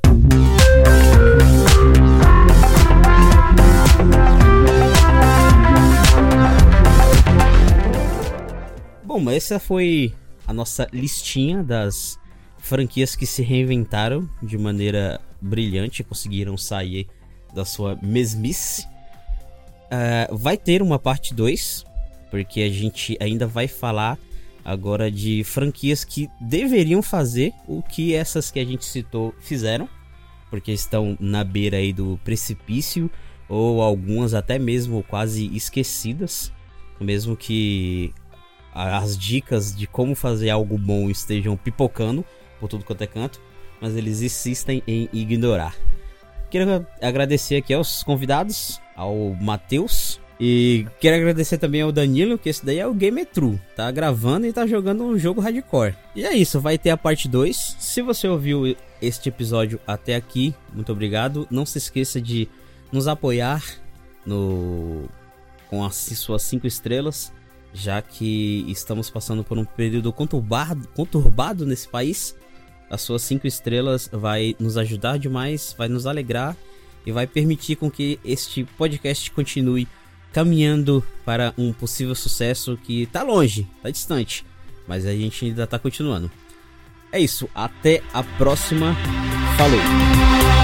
Bom, essa foi a nossa listinha das franquias que se reinventaram de maneira brilhante, conseguiram sair da sua mesmice. Vai ter uma parte 2, porque a gente ainda vai falar agora de franquias que deveriam fazer o que essas que a gente citou fizeram, porque estão na beira aí do precipício, ou algumas até mesmo quase esquecidas, mesmo que as dicas de como fazer algo bom estejam pipocando por tudo quanto é canto, mas eles insistem em ignorar. Quero agradecer aqui aos convidados, ao Matheus, e quero agradecer também ao Danilo, que esse daí é o Gamer True, tá gravando e tá jogando um jogo hardcore. E é isso, vai ter a parte 2. Se você ouviu este episódio até aqui, muito obrigado. Não se esqueça de nos apoiar com as suas 5 estrelas, já que estamos passando por um período conturbado nesse país. As suas 5 estrelas vai nos ajudar demais, vai nos alegrar e vai permitir com que este podcast continue caminhando para um possível sucesso que tá longe, tá distante, mas a gente ainda tá continuando. É isso, até a próxima, falou!